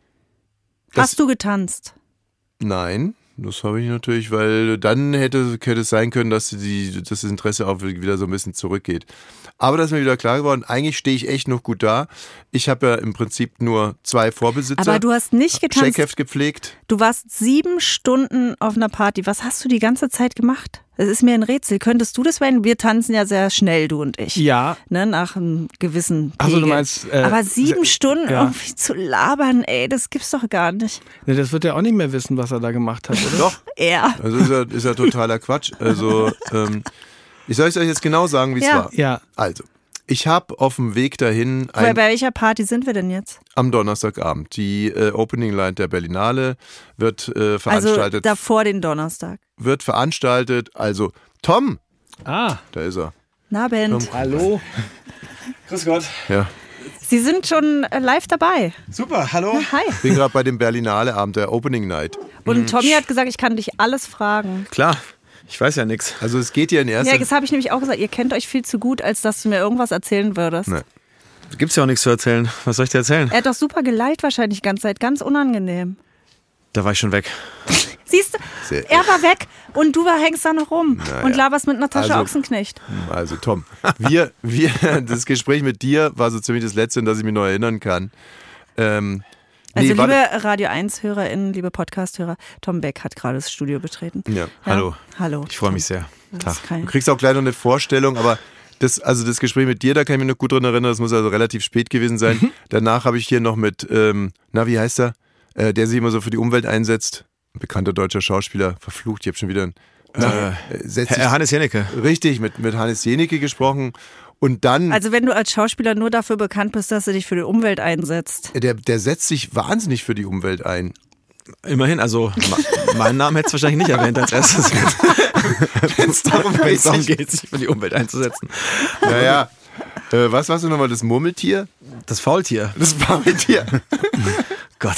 Das- Hast du getanzt? nein, das habe ich natürlich, weil dann hätte, hätte es sein können, dass, die, dass das Interesse auch wieder so ein bisschen zurückgeht. Aber das ist mir wieder klar geworden, eigentlich stehe ich echt noch gut da. Ich habe ja im Prinzip nur zwei Vorbesitzer. Aber du hast nicht getanzt. Checkheft gepflegt. Du warst sieben Stunden auf einer Party. Was hast du die ganze Zeit gemacht? Das ist mir ein Rätsel. Könntest du das werden? Wir tanzen ja sehr schnell, du und ich. Ja. Ne, nach einem gewissen Ach so, Pegel. du meinst, äh, Aber sieben se- Stunden ja. irgendwie zu labern, ey, das gibt's doch gar nicht. Ne, das wird er auch nicht mehr wissen, was er da gemacht hat, oder? Doch, Er. also ist ja, ist ja totaler Quatsch. Also, ähm, ich soll es euch jetzt genau sagen, wie es Ja. war. Ja. Also, ich habe auf dem Weg dahin Bei, ein, bei welcher Party sind wir denn jetzt? am Donnerstagabend. Die äh, Opening Line der Berlinale wird äh, Also veranstaltet. davor den Donnerstag. wird veranstaltet. Also, Tom, Ah, da ist er. Na, Band. hallo. Grüß Gott. Ja. Sie sind schon äh, live dabei. Super, hallo. Hi. Ich bin gerade bei dem Berlinale Abend, der Opening Night. Und Tommy hat gesagt, ich kann dich alles fragen. Klar, ich weiß ja nichts. Also es geht hier in erster Ja, das habe ich nämlich auch gesagt. Ihr kennt euch viel zu gut, als dass du mir irgendwas erzählen würdest. Nee. Gibt's ja auch nichts zu erzählen. Was soll ich dir erzählen? Er hat doch super geleilt wahrscheinlich die ganze Zeit. Ganz unangenehm. Da war ich schon weg. Siehst du, Sehr- er war weg und du war, hängst da noch rum Naja. und laberst mit Natascha Also- Ochsenknecht. Also Tom, wir, wir, das Gespräch mit dir war so ziemlich das Letzte, an das ich mich noch erinnern kann. Ähm, Also nee, liebe warte. Radio eins-HörerInnen, liebe Podcast-Hörer, Tom Beck hat gerade das Studio betreten. Ja. Hallo. Hallo. Ich freue mich sehr. Das Tag. ist kein- Du kriegst auch gleich noch eine Vorstellung, aber das, also das Gespräch mit dir, da kann ich mich noch gut dran erinnern, das muss also relativ spät gewesen sein. Danach habe ich hier noch mit, ähm, na wie heißt er? äh, der sich immer so für die Umwelt einsetzt. Ein bekannter deutscher Schauspieler, verflucht, ich habe schon wieder ein, Äh, äh, setzt sich, Herr Hannes Jennecke. richtig, mit, mit Hannes Jennecke gesprochen. Und dann, Also wenn du als Schauspieler nur dafür bekannt bist, dass du dich für die Umwelt einsetzt. der, der setzt sich wahnsinnig für die Umwelt ein. Immerhin, also ma- meinen Namen hättest du wahrscheinlich nicht erwähnt als erstes. Wenn es darum Wenn es darum geht. geht, sich für die Umwelt einzusetzen. Naja, äh, was warst du nochmal, das Murmeltier? Das Faultier. Das Faultier. Gott.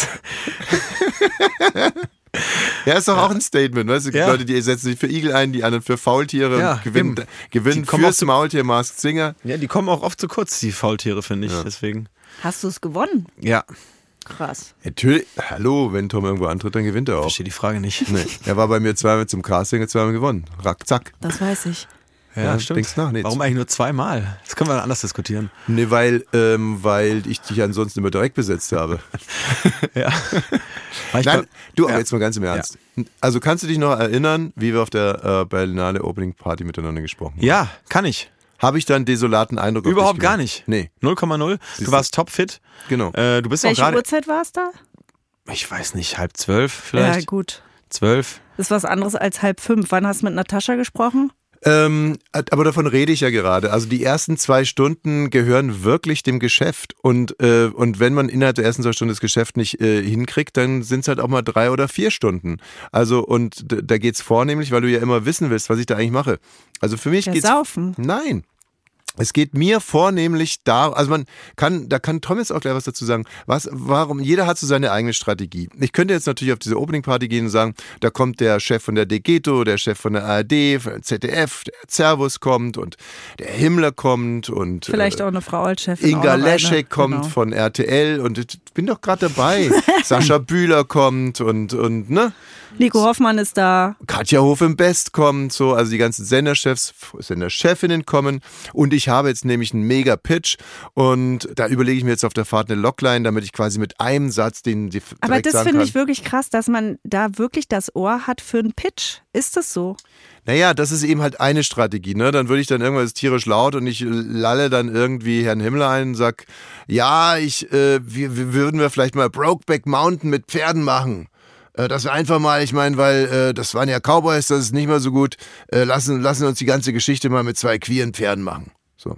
Ja, ist doch auch ein Statement, weißt du? Ja. Leute, die setzen sich für Igel ein, die anderen für Faultiere Ja, und gewinnen, eben. gewinnen Die kommen fürs auch zu- Maultier Masked Singer. Ja, die kommen auch oft zu kurz, die Faultiere, finde ich. Deswegen. Hast du es gewonnen? Ja, Krass. Natürlich, hallo, wenn Tom irgendwo antritt, dann gewinnt er auch. verstehe die Frage nicht. Nee, er war bei mir zweimal zum Casting und zweimal gewonnen. Rack, zack. Das weiß ich. Ja, denkst nach, nee, Warum eigentlich nur zweimal? Das können wir dann anders diskutieren. Nee, weil, ähm, weil ich dich ansonsten immer direkt besetzt habe. Ja. War ich Nein, bei- du, aber ja. jetzt mal ganz im Ernst. Also kannst du dich noch erinnern, wie wir auf der äh, Berlinale Opening Party miteinander gesprochen haben? Ja, kann ich. Habe ich da einen desolaten Eindruck auf Überhaupt dich gar gemacht? nicht. Nee, null Komma null. Siehst Du du? warst topfit. genau. Äh, du bist auch Welche gerade, Uhrzeit war es da? ich weiß nicht, halb zwölf Ja, vielleicht? gut. Zwölf? Das ist was anderes als halb fünf. Wann hast du mit Natascha gesprochen? Ähm, aber davon rede ich ja gerade. Also die ersten zwei Stunden gehören wirklich dem Geschäft. Und, äh, und wenn man innerhalb der ersten zwei Stunden das Geschäft nicht äh, hinkriegt, dann sind es halt auch mal drei oder vier Stunden. Also und d- da geht's vornehmlich, weil du ja immer wissen willst, was ich da eigentlich mache. Also für mich Ja, geht's... saufen. Nein. Es geht mir vornehmlich da, also man kann, da kann Tom jetzt auch gleich was dazu sagen. Was, warum? Jeder hat so seine eigene Strategie. Ich könnte jetzt natürlich auf diese Opening Party gehen und sagen, da kommt der Chef von der Degeto, der Chef von der A R D, von der Z D F, der Servus kommt und der Himmler kommt und Vielleicht äh, auch eine Frau als Chefin. Inga auch noch eine. Leschek kommt Genau. von R T L und ich bin doch gerade dabei. Sascha Bühler kommt und, und ne? Nico Hoffmann ist da. Katja Hof im Best kommt, so, also die ganzen Senderchefs, Senderchefinnen kommen und ich habe jetzt nämlich einen mega Pitch und da überlege ich mir jetzt auf der Fahrt eine Logline, damit ich quasi mit einem Satz den die Aber direkt das sagen finde kann. ich wirklich krass, dass man da wirklich das Ohr hat für einen Pitch. Ist das so? Naja, das ist eben halt eine Strategie, ne? Dann würde ich dann irgendwas tierisch laut und ich lalle dann irgendwie Herrn Himmler ein und sag, ja, ich, äh, wir, wir würden wir vielleicht mal Brokeback Mountain mit Pferden machen. Äh, Das wir einfach mal, ich meine, weil äh, das waren ja Cowboys, das ist nicht mal so gut. Äh, lassen, lassen uns die ganze Geschichte mal mit zwei queeren Pferden machen. So.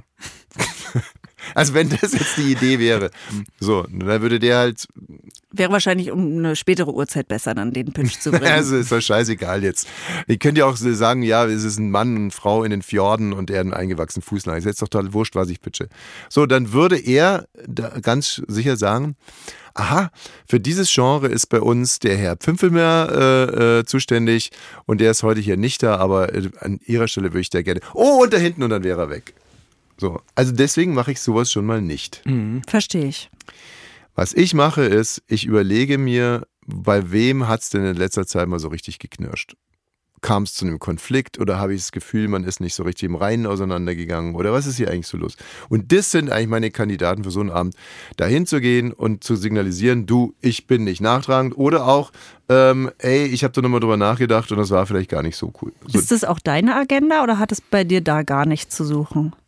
Also wenn das jetzt die Idee wäre. So, dann würde der halt, Wäre wahrscheinlich um eine spätere Uhrzeit besser, dann den Pitch zu bringen. also ist doch scheißegal jetzt. Ihr könnt ja auch so sagen, ja, es ist ein Mann und eine Frau in den Fjorden und er einen eingewachsenen Fußnagel. Ist jetzt doch total wurscht, was ich pitche. So, dann würde er da ganz sicher sagen, aha, für dieses Genre ist bei uns der Herr Pfimfelmer äh, äh, zuständig und der ist heute hier nicht da, aber äh, an ihrer Stelle würde ich da gerne. Oh, und da hinten und dann wäre er weg. So, also deswegen mache ich sowas schon mal nicht. Verstehe ich. Was ich mache ist, ich überlege mir, bei wem hat es denn in letzter Zeit mal so richtig geknirscht? Kam es zu einem Konflikt oder habe ich das Gefühl, man ist nicht so richtig im Reinen auseinandergegangen oder was ist hier eigentlich so los? Und das sind eigentlich meine Kandidaten für so einen Abend, dahin zu gehen und zu signalisieren, du, ich bin nicht nachtragend oder auch, ähm, ey, ich habe da nochmal drüber nachgedacht und das war vielleicht gar nicht so cool. So, Ist das auch deine Agenda oder hat es bei dir da gar nichts zu suchen?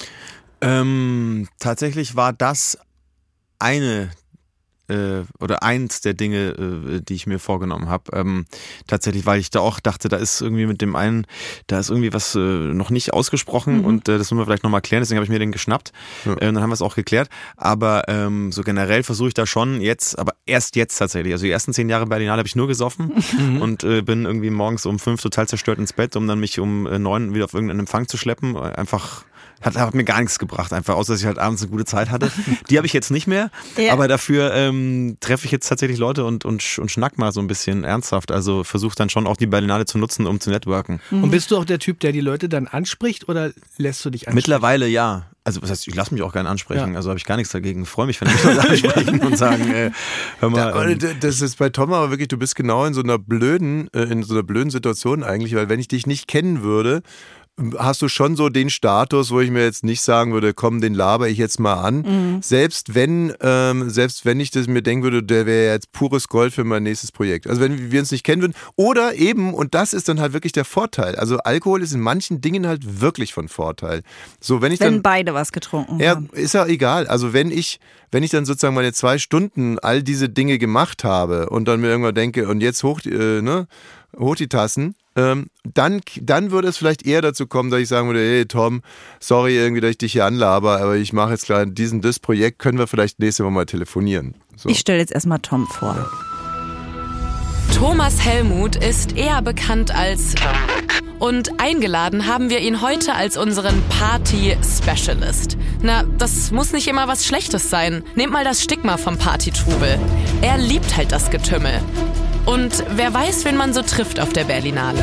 Ähm, tatsächlich war das eine äh, oder eins der Dinge, äh, die ich mir vorgenommen habe. Ähm, tatsächlich, weil ich da auch dachte, da ist irgendwie mit dem einen, da ist irgendwie was äh, noch nicht ausgesprochen Mhm. und äh, das müssen wir vielleicht nochmal klären, deswegen habe ich mir den geschnappt. Ja. Äh, dann haben wir es auch geklärt. Aber ähm, so generell versuche ich da schon jetzt, aber erst jetzt tatsächlich. Also die ersten zehn Jahre Berlinale habe ich nur gesoffen und äh, bin irgendwie morgens um fünf total zerstört ins Bett, um dann mich um äh, neun wieder auf irgendeinen Empfang zu schleppen. Einfach Hat, hat mir gar nichts gebracht, einfach außer dass ich halt abends eine gute Zeit hatte. Die habe ich jetzt nicht mehr, Ja. aber dafür ähm, treffe ich jetzt tatsächlich Leute und, und, sch- und schnack mal so ein bisschen ernsthaft. Also versuche dann schon auch die Berlinale zu nutzen, um zu networken. Und bist du auch der Typ, der die Leute dann anspricht oder lässt du dich ansprechen? Mittlerweile ja. Also was heißt, ich lasse mich auch gerne ansprechen, Ja. also habe ich gar nichts dagegen. Freue mich, wenn mich Leute ansprechen und sagen, äh, hör mal. Ja, ähm, d- das ist bei Tom aber wirklich, du bist genau in so einer blöden, äh, in so einer blöden Situation eigentlich, weil wenn ich dich nicht kennen würde, hast du schon so den Status, wo ich mir jetzt nicht sagen würde, komm, den laber ich jetzt mal an. Mhm. Selbst wenn, ähm, selbst wenn ich das mir denken würde, der wäre jetzt pures Gold für mein nächstes Projekt. Also wenn wir uns nicht kennen würden. Oder eben, und das ist dann halt wirklich der Vorteil. Also Alkohol ist in manchen Dingen halt wirklich von Vorteil. So, wenn ich wenn dann, beide was getrunken ja, haben. Ist ja egal. Also wenn ich, wenn ich dann sozusagen meine zwei Stunden all diese Dinge gemacht habe und dann mir irgendwann denke, und jetzt hoch, äh, ne, hoch die Tassen, Ähm, dann, dann würde es vielleicht eher dazu kommen, dass ich sagen würde, hey Tom, sorry irgendwie, dass ich dich hier anlaber, aber ich mache jetzt klar diesen, das Projekt, können wir vielleicht nächste Woche mal telefonieren. So. Ich stelle jetzt erstmal Tom vor. Ja. Thomas Helmuth ist eher bekannt als und eingeladen haben wir ihn heute als unseren Party-Specialist. Na, das muss nicht immer was Schlechtes sein. Nehmt mal das Stigma vom Partytrubel. Er liebt halt das Getümmel. Und wer weiß, wen man so trifft auf der Berlinale.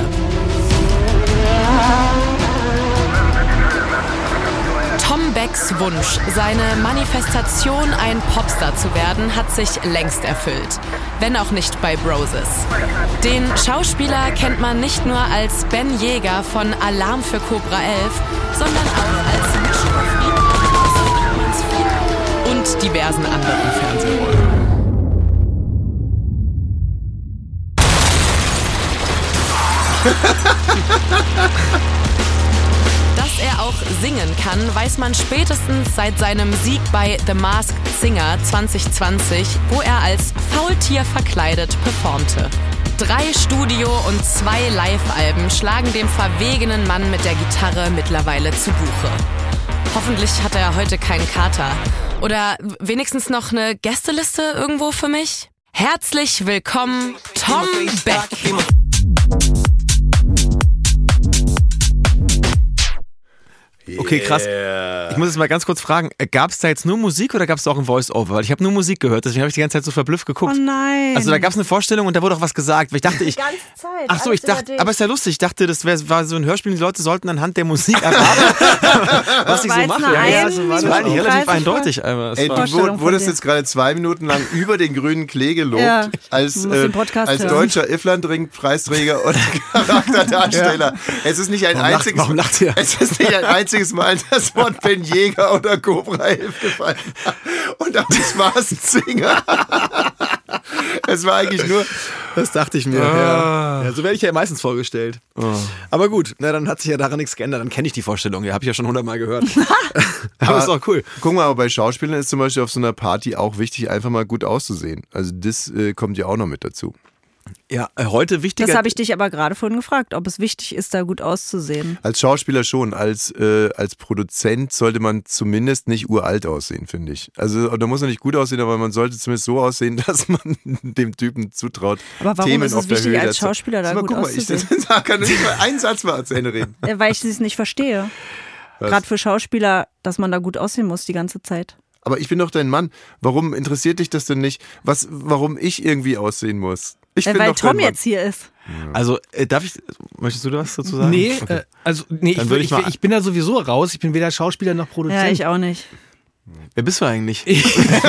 Tom Becks Wunsch, seine Manifestation, ein Popstar zu werden, hat sich längst erfüllt. Wenn auch nicht bei Broses. Den Schauspieler kennt man nicht nur als Ben Jäger von Alarm für Cobra elf, sondern auch als Mischung und diversen anderen Fernsehrollen. Dass er auch singen kann, weiß man spätestens seit seinem Sieg bei The Masked Singer zwanzig zwanzig, wo er als Faultier verkleidet performte. Drei Studio- und zwei Live-Alben schlagen dem verwegenen Mann mit der Gitarre mittlerweile zu Buche. Hoffentlich hat er heute keinen Kater. Oder wenigstens noch eine Gästeliste irgendwo für mich? Herzlich willkommen, Tom Beck. Okay, krass. Ich muss jetzt mal ganz kurz fragen, gab es da jetzt nur Musik oder gab es auch ein Voice-Over? Weil ich habe nur Musik gehört, deswegen habe ich die ganze Zeit so verblüfft geguckt. Oh nein. Also da gab es eine Vorstellung und da wurde auch was gesagt. Weil ich dachte, ich, die ganze Zeit. Ach so, ich dachte, aber ist ja lustig. Ich dachte, das wär, war so ein Hörspiel, die Leute sollten anhand der Musik erraten, was ich so mache. Ja, ja, also das war eigentlich relativ eindeutig. Aber Ey, du wurde, wurdest jetzt gerade zwei Minuten lang über den grünen Klee gelobt, ja, als, äh, als deutscher Iflandring-Preisträger und Charakterdarsteller. Ja. Es ist nicht ein warum einziges lacht, warum lacht ihr? Es ist nicht ein einziges Mal das Wort Ben Jäger oder Cobra elf gefallen. Und auch nicht Masked Singer. Es war eigentlich nur... Das dachte ich mir. Ah. Ja. Ja, so werde ich ja meistens vorgestellt. Oh. Aber gut, na, dann hat sich ja daran nichts geändert. Dann kenne ich die Vorstellung. Ja, habe ich ja schon hundertmal gehört. Aber ist auch cool. Guck mal, aber bei Schauspielern ist zum Beispiel auf so einer Party auch wichtig, einfach mal gut auszusehen. Also das äh, kommt ja auch noch mit dazu. Ja, heute wichtiger. Das habe ich dich aber gerade vorhin gefragt, ob es wichtig ist, da gut auszusehen. Als Schauspieler schon, als, äh, als Produzent sollte man zumindest nicht uralt aussehen, finde ich. Also da muss man nicht gut aussehen, aber man sollte zumindest so aussehen, dass man dem Typen zutraut. Aber warum Themen ist es auf der wichtig, Höhe als Schauspieler da mal, gut guck mal, auszusehen? Ich da kann nicht mal einen Satz mal zu Ende reden. Ja, weil ich es nicht verstehe. Gerade für Schauspieler, dass man da gut aussehen muss die ganze Zeit. Aber ich bin doch dein Mann. Warum interessiert dich das denn nicht? Was, warum ich irgendwie aussehen muss? Ich äh, bin weil doch Tom dein Mann. jetzt hier ist. Also, äh, darf ich, möchtest du da was dazu sagen? Nee, okay. äh, also, nee, ich, ich, ich, ich bin da sowieso raus. Ich bin weder Schauspieler noch Produzent. Ja, ich auch nicht. Wer bist du eigentlich? ich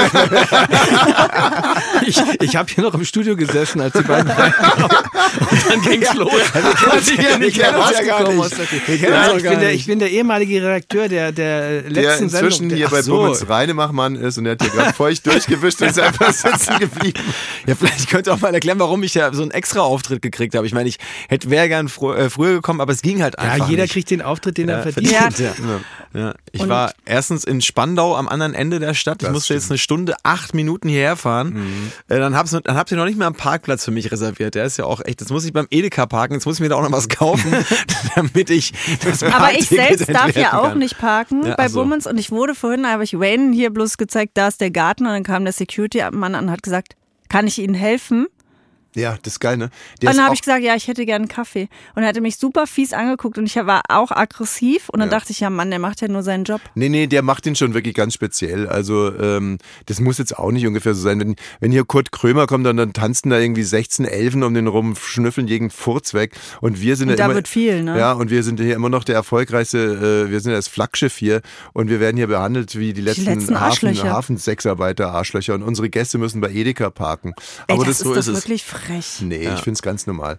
ich habe hier noch im Studio gesessen, als die beiden reinkamen. Und dann ging's ja, los. Also ich bin ja nicht ja rausgekommen aus der ich, ja, ich, bin der, ich bin der ehemalige Redakteur der, der letzten der inzwischen Sendung. hier Ach bei so. Bummens Reinemachmann ist und der hat hier gerade feucht durchgewischt und ist einfach sitzen geblieben. Ja, vielleicht könnt ihr auch mal erklären, warum ich ja so einen extra Auftritt gekriegt habe. Ich meine, ich hätte wäre gern fr- äh, früher gekommen, aber es ging halt einfach Ja, jeder nicht. kriegt den Auftritt, den ja, er verdient. Ja. Ja. Ja. Ich und war erstens in Spandau am anderen Ende der Stadt. Ich das musste stimmt. jetzt eine Stunde, acht Minuten hierher fahren. Mhm. Äh, dann, hab's, dann habt ihr noch nicht mal einen Parkplatz für mich reserviert. Der ist ja auch echt, jetzt muss ich beim Edeka parken, jetzt muss ich mir da auch noch was kaufen, damit ich das Aber ich selbst darf ja auch kann. nicht parken ja, bei so. Bummens und ich wurde vorhin, da habe ich Wayne hier bloß gezeigt, da ist der Garten und dann kam der Security-Mann an und hat gesagt, kann ich Ihnen helfen? Ja, das ist geil, ne? Der und dann ist habe auch- ich gesagt, ja, ich hätte gerne einen Kaffee. Und er hatte mich super fies angeguckt und ich war auch aggressiv. Und dann Ja. dachte ich, ja Mann, der macht ja nur seinen Job. Nee, nee, der macht den schon wirklich ganz speziell. Also ähm, das muss jetzt auch nicht ungefähr so sein. Wenn, wenn hier Kurt Krömer kommt, dann, dann tanzen da irgendwie sechzehn Elfen um den rum, schnüffeln jeden Furz weg. Und wir sind Und ja da immer, wird viel, ne? Ja, und wir sind hier immer noch der erfolgreichste, äh, wir sind ja das Flaggschiff hier und wir werden hier behandelt wie die letzten, letzten Hafen, Arschlöcher. Hafensexarbeiter, Arschlöcher. Und unsere Gäste müssen bei Edeka parken. Ey, Aber das, das, ist so doch ist es. wirklich frech. frech. Nee, Ja. ich finde es ganz normal.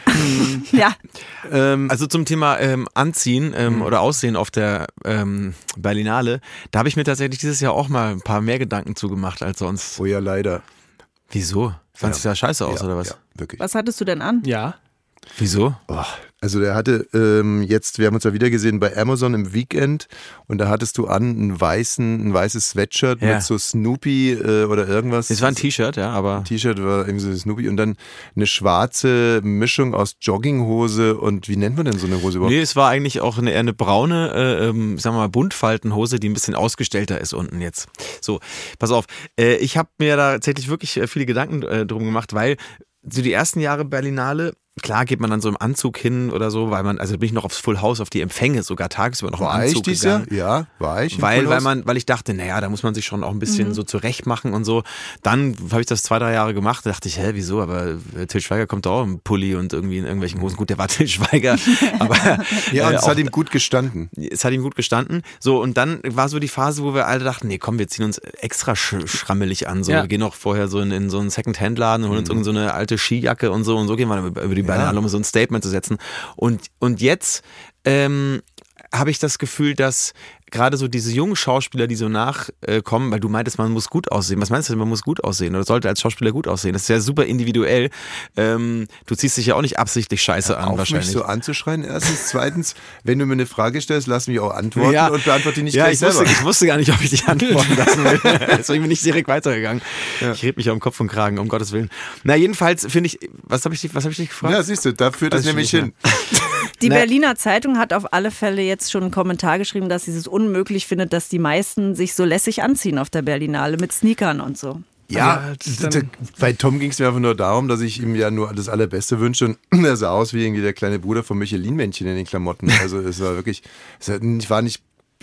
Ja. Ähm, Also zum Thema ähm, Anziehen ähm, oder Aussehen auf der ähm, Berlinale, da habe ich mir tatsächlich dieses Jahr auch mal ein paar mehr Gedanken zugemacht als sonst. oh ja, leider. Wieso? Fand Ja. sich da scheiße aus ja, oder was? Ja, wirklich. Was hattest du denn an? Ja. Wieso? Oh, also der hatte ähm, jetzt, wir haben uns ja wieder gesehen bei Amazon im Weekend und da hattest du an einen weißen, ein weißes Sweatshirt Ja. mit so Snoopy äh, oder irgendwas. Es war ein T-Shirt, ja, aber T-Shirt war irgendwie so Snoopy und dann eine schwarze Mischung aus Jogginghose und wie nennt man denn so eine Hose überhaupt? nee, es war eigentlich auch eine, eher eine braune, äh, ähm, sagen wir mal, Buntfaltenhose, die ein bisschen ausgestellter ist unten jetzt. So, pass auf, äh, ich habe mir da tatsächlich wirklich äh, viele Gedanken äh, drum gemacht, weil so die ersten Jahre Berlinale, klar geht man dann so im Anzug hin oder so, weil man, also bin ich noch aufs Full House, auf die Empfänge sogar tagsüber noch im War ich Anzug dieses gegangen. Jahr? Ja, war ich. im Weil, Full weil House? man, weil ich dachte, naja, da muss man sich schon auch ein bisschen so zurecht machen und so. Dann habe ich das zwei, drei Jahre gemacht, da dachte ich, hä, wieso? Aber äh, Till Schweiger kommt doch auch im Pulli und irgendwie in irgendwelchen Hosen. Gut, der war Till Schweiger, aber Ja, und äh, es auch- hat ihm gut gestanden. es hat ihm gut gestanden. So, und dann war so die Phase, wo wir alle dachten, nee, komm, wir ziehen uns extra sch schrammelig an. So, Ja. wir gehen auch vorher so in, in so einen Second-Hand-Laden und holen uns irgend so eine alte Skijacke und so und so gehen wir dann über über die Berlinale, um so ein Statement zu setzen. Und, und jetzt ähm, habe ich das Gefühl, dass gerade so diese jungen Schauspieler, die so nachkommen, weil du meintest, man muss gut aussehen. Was meinst du denn, man muss gut aussehen oder sollte als Schauspieler gut aussehen? Das ist ja super individuell. Ähm, du ziehst dich ja auch nicht absichtlich scheiße an, Auf wahrscheinlich. mich so anzuschreien, erstens. Zweitens, wenn du mir eine Frage stellst, lass mich auch antworten Ja. und beantworte die nicht Ja, gleich ich selber. wusste, ich wusste gar nicht, ob ich dich antworten lassen will. Deswegen bin ich direkt weitergegangen. Ich rede mich ja um Kopf und Kragen, um Gottes Willen. Na, jedenfalls finde ich, was habe ich, dich- was hab ich dich gefragt? Ja, siehst du, da führt das Weiß ich nämlich nicht hin. Die Na- Berliner Zeitung hat auf alle Fälle jetzt schon einen Kommentar geschrieben, dass sie es unmöglich findet, dass die meisten sich so lässig anziehen auf der Berlinale mit Sneakern und so. Ja, Ja, das ist d- dann- d- bei Tom ging es mir einfach nur darum, dass ich ihm ja nur das Allerbeste wünsche und er sah aus wie irgendwie der kleine Bruder von Michelin-Männchen in den Klamotten. Also es war wirklich, es war nicht,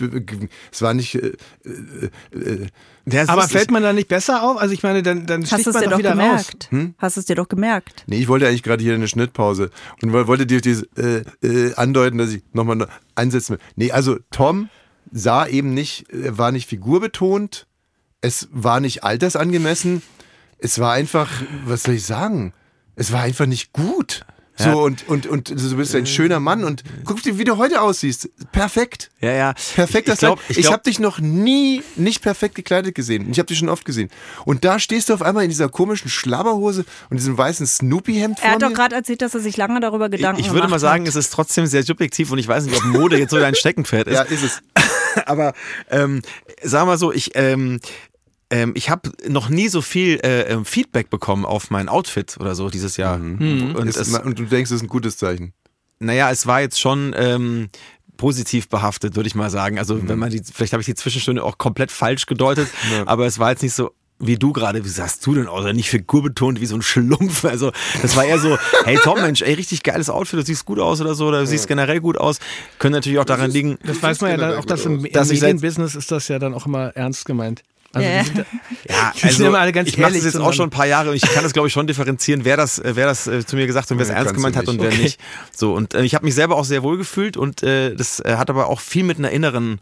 es war nicht, äh, äh, äh, Der ist Aber lustig. fällt man da nicht besser auf? Also ich meine, dann, dann Hast sticht du es man dir doch doch wieder gemerkt? raus. Hm? Hast du es dir doch gemerkt? nee, ich wollte eigentlich gerade hier eine Schnittpause und woll- wollte dir dieses, äh, äh, andeuten, dass ich nochmal einsetzen will. Nee, also Tom sah eben nicht, er war nicht figurbetont, es war nicht altersangemessen, es war einfach, was soll ich sagen, es war einfach nicht gut. So, Ja. und, und, und du bist ein schöner Mann und guck dir, wie du heute aussiehst. Perfekt. Ja, ja. Perfekt, das ich glaub, Kleid. ich Ich, glaub, habe dich noch nie nicht perfekt gekleidet gesehen. Ich habe dich schon oft gesehen. Und da stehst du auf einmal in dieser komischen Schlabberhose und diesem weißen Snoopy-Hemd vor Er hat mir. doch gerade erzählt, dass er sich lange darüber Gedanken ich würde gemacht mal sagen, hat. es ist trotzdem sehr subjektiv und ich weiß nicht, ob Mode jetzt so dein Steckenpferd ist. Ja, ist es. Aber ähm, sagen wir mal so, ich ähm, ähm, ich habe noch nie so viel äh, ähm, Feedback bekommen auf mein Outfit oder so dieses Jahr. Und, Ist, es, und du denkst, das ist ein gutes Zeichen. naja, es war jetzt schon ähm, positiv behaftet, würde ich mal sagen. Also wenn man die, vielleicht habe ich die Zwischenstunde auch komplett falsch gedeutet, aber es war jetzt nicht so wie du gerade, wie sahst du denn aus? Nicht figurbetont wie so ein Schlumpf. Also das war eher so, hey Tom, Mensch, ey, richtig geiles Outfit, du siehst gut aus oder so, oder du siehst generell gut aus. Könnte natürlich auch daran liegen, Das weiß man ja dann generell auch, dass gut im, im Dass ich seit- Medienbusiness ist das ja dann auch immer ernst gemeint. Also Ja. die sind, ja, die sind immer alle ganz ich mache das ehrlich, jetzt auch sondern- schon ein paar Jahre und ich kann das, glaube ich, schon differenzieren, wer das, äh, wer das äh, zu mir gesagt hat und wer es Nee, ernst kannst gemeint du hat und nicht. wer nicht. So, und äh, ich habe mich selber auch sehr wohl gefühlt und äh, das äh, hat aber auch viel mit einer inneren,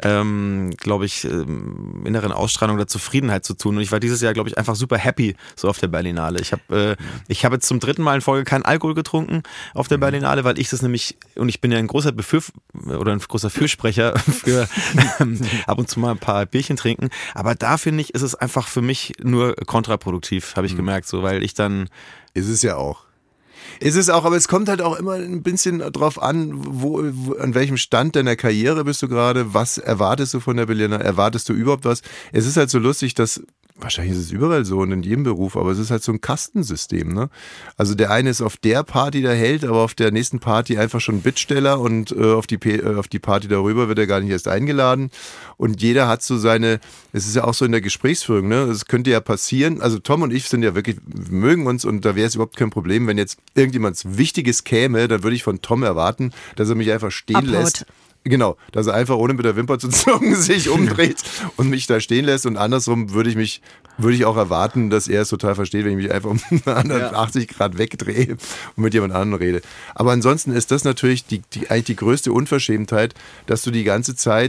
ähm, glaube ich, ähm, inneren Ausstrahlung oder Zufriedenheit zu tun. Und ich war dieses Jahr, glaube ich, einfach super happy so auf der Berlinale. Ich habe äh, ich habe jetzt zum dritten Mal in Folge keinen Alkohol getrunken auf der Berlinale, weil ich das nämlich, und ich bin ja ein großer Befürf oder ein großer Fürsprecher für ähm, ab und zu mal ein paar Bierchen trinken. Aber da finde ich, ist es einfach für mich nur kontraproduktiv, habe ich gemerkt, so, weil ich dann Ist es ja auch. Ist es auch, aber es kommt halt auch immer ein bisschen drauf an, wo, wo an welchem Stand deiner Karriere bist du gerade, was erwartest du von der Berliner, erwartest du überhaupt was? Es ist halt so lustig, dass, wahrscheinlich ist es überall so und in jedem Beruf, aber es ist halt so ein Kastensystem, ne? Also der eine ist auf der Party der Held, aber auf der nächsten Party einfach schon Bittsteller und äh, auf die P- äh, auf die Party darüber wird er gar nicht erst eingeladen und jeder hat so seine, es ist ja auch so in der Gesprächsführung, ne? Es könnte ja passieren, also Tom und ich sind ja wirklich, wir mögen uns und da wäre es überhaupt kein Problem, wenn jetzt irgendjemand Wichtiges käme, dann würde ich von Tom erwarten, dass er mich einfach stehen Abhaut. lässt. Genau, dass er einfach ohne mit der Wimper zu zucken sich umdreht und mich da stehen lässt und andersrum würde ich mich, würde ich auch erwarten, dass er es total versteht, wenn ich mich einfach um hundertachtzig Grad wegdrehe und mit jemand anderem rede. Aber ansonsten ist das natürlich die, die, eigentlich die größte Unverschämtheit, dass du die ganze Zeit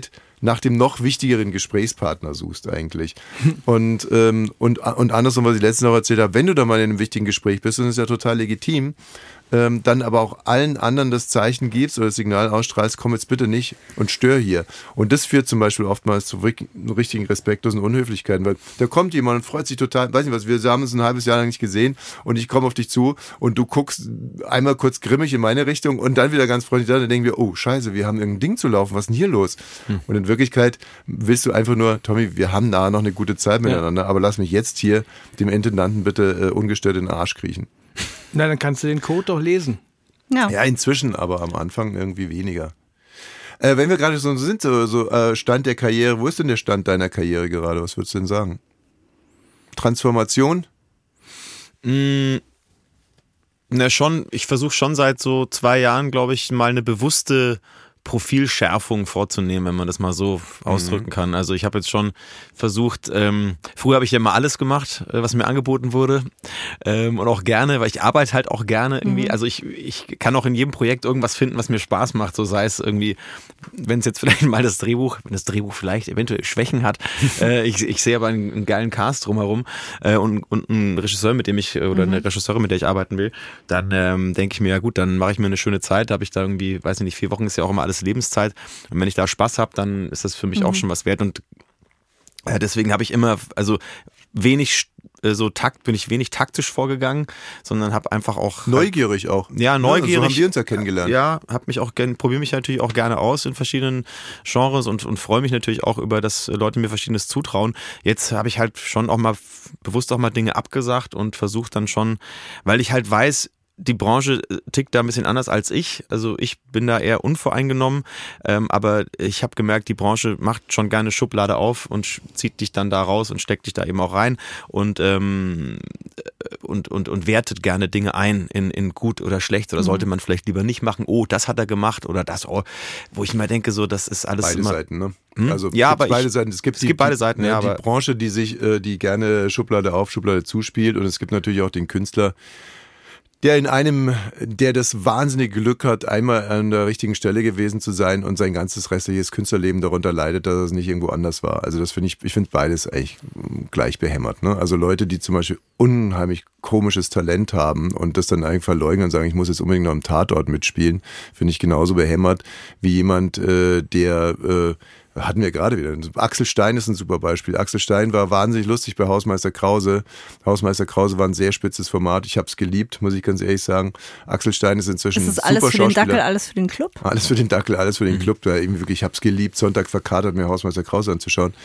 nach dem noch wichtigeren Gesprächspartner suchst eigentlich. Und, ähm, und, und andersrum, was ich letztens noch erzählt habe, wenn du da mal in einem wichtigen Gespräch bist, und das ist ja total legitim, ähm, dann aber auch allen anderen das Zeichen gibst oder das Signal ausstrahlst, komm jetzt bitte nicht und stör hier. Und das führt zum Beispiel oftmals zu richtigen respektlosen Unhöflichkeiten, weil da kommt jemand und freut sich total, weiß nicht was, wir haben uns ein halbes Jahr lang nicht gesehen und ich komme auf dich zu und du guckst einmal kurz grimmig in meine Richtung und dann wieder ganz freundlich da, dann denken wir, oh scheiße, wir haben irgendein Ding zu laufen, was ist denn hier los? Hm. Und in Wirklichkeit willst du einfach nur, Tommy, wir haben da noch eine gute Zeit miteinander, ja. aber lass mich jetzt hier dem Intendanten bitte äh, ungestört in den Arsch kriechen. Na, dann kannst du den Code doch lesen. Ja, ja inzwischen, aber am Anfang irgendwie weniger. Äh, wenn wir gerade so sind, so, so äh, Stand der Karriere, wo ist denn der Stand deiner Karriere gerade? Was würdest du denn sagen? Transformation? Mm, na schon, ich versuche schon seit so zwei Jahren, glaube ich, mal eine bewusste Profilschärfung vorzunehmen, wenn man das mal so ausdrücken kann. Also ich habe jetzt schon versucht, ähm, früher habe ich ja immer alles gemacht, äh, was mir angeboten wurde ähm, und auch gerne, weil ich arbeite halt auch gerne irgendwie, mhm. also ich, ich kann auch in jedem Projekt irgendwas finden, was mir Spaß macht, so sei es irgendwie, wenn es jetzt vielleicht mal das Drehbuch, wenn das Drehbuch vielleicht eventuell Schwächen hat, äh, ich, ich sehe aber einen, einen geilen Cast drumherum äh, und, und einen Regisseur, mit dem ich, oder eine Regisseurin, mit der ich arbeiten will, dann ähm, denke ich mir, ja gut, dann mache ich mir eine schöne Zeit, habe ich da irgendwie, weiß ich nicht, vier Wochen ist ja auch immer alles Lebenszeit und wenn ich da Spaß habe, dann ist das für mich mhm. auch schon was wert und äh, deswegen habe ich immer, also wenig äh, so Takt, bin ich wenig taktisch vorgegangen, sondern habe einfach auch neugierig auch. Ja, neugierig. Ja, so haben wir uns ja kennengelernt. Ja, habe mich auch gerne, probiere mich natürlich auch gerne aus in verschiedenen Genres und, und freue mich natürlich auch über, dass Leute mir Verschiedenes zutrauen. Jetzt habe ich halt schon auch mal bewusst auch mal Dinge abgesagt und versuche dann schon, weil ich halt weiß, die Branche tickt da ein bisschen anders als ich. Also ich bin da eher unvoreingenommen, ähm, aber ich habe gemerkt, die Branche macht schon gerne Schublade auf und zieht dich dann da raus und steckt dich da eben auch rein und ähm, und und und wertet gerne Dinge ein in in gut oder schlecht oder mhm. sollte man vielleicht lieber nicht machen. Oh, das hat er gemacht oder das. Oh, wo ich mal denke, so das ist alles beide immer, Seiten, ne? Hm? Also ja, aber beide ich, Seiten. Es gibt, es die, gibt beide Seiten. Die, ja, die aber Branche, die sich, die gerne Schublade auf, Schublade zuspielt und es gibt natürlich auch den Künstler, der in einem, der das wahnsinnige Glück hat, einmal an der richtigen Stelle gewesen zu sein und sein ganzes restliches Künstlerleben darunter leidet, dass es nicht irgendwo anders war. Also das finde ich, ich finde beides eigentlich gleich behämmert. Ne? Also Leute, die zum Beispiel unheimlich komisches Talent haben und das dann eigentlich verleugnen und sagen, ich muss jetzt unbedingt noch im Tatort mitspielen, finde ich genauso behämmert wie jemand, äh, der äh, hatten wir gerade wieder. Axel Stein ist ein super Beispiel. Axel Stein war wahnsinnig lustig bei Hausmeister Krause. Hausmeister Krause war ein sehr spitzes Format. Ich habe es geliebt, muss ich ganz ehrlich sagen. Axel Stein ist inzwischen ein super Schauspieler. Ist das alles für den Dackel, alles für den Club? Alles für den Dackel, alles für den Club. Da irgendwie wirklich, ich habe es geliebt. Sonntag verkatert, mir Hausmeister Krause anzuschauen.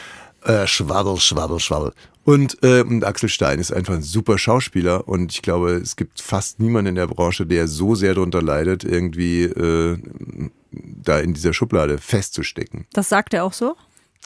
Äh, schwabbel, schwabbel, schwabbel. Und, äh, und Axel Stein ist einfach ein super Schauspieler und ich glaube, es gibt fast niemanden in der Branche, der so sehr darunter leidet, irgendwie äh, da in dieser Schublade festzustecken. Das sagt er auch so?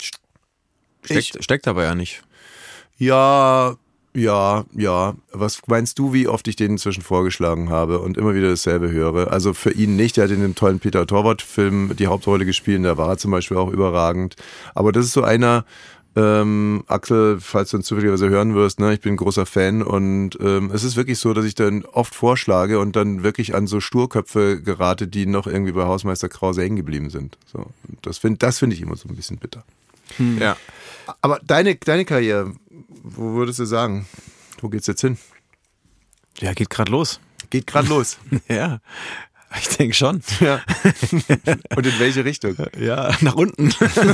Steckt, steckt aber ja nicht. Ja, ja, ja. Was meinst du, wie oft ich den inzwischen vorgeschlagen habe und immer wieder dasselbe höre? Also für ihn nicht, er hat in dem tollen Peter Torwart-Film die Hauptrolle gespielt, da war er zum Beispiel auch überragend. Aber das ist so einer, Ähm, Axel, falls du uns zufälligerweise hören wirst, ne, ich bin ein großer Fan und ähm, es ist wirklich so, dass ich dann oft vorschlage und dann wirklich an so Sturköpfe gerate, die noch irgendwie bei Hausmeister Krause hängen geblieben sind. So, und das finde das find ich immer so ein bisschen bitter. Hm. Ja. Aber deine, deine Karriere, wo würdest du sagen, wo geht's jetzt hin? Ja, geht gerade los. Geht gerade los. Ja. Ich denke schon. Ja. Und in welche Richtung? Ja, nach unten.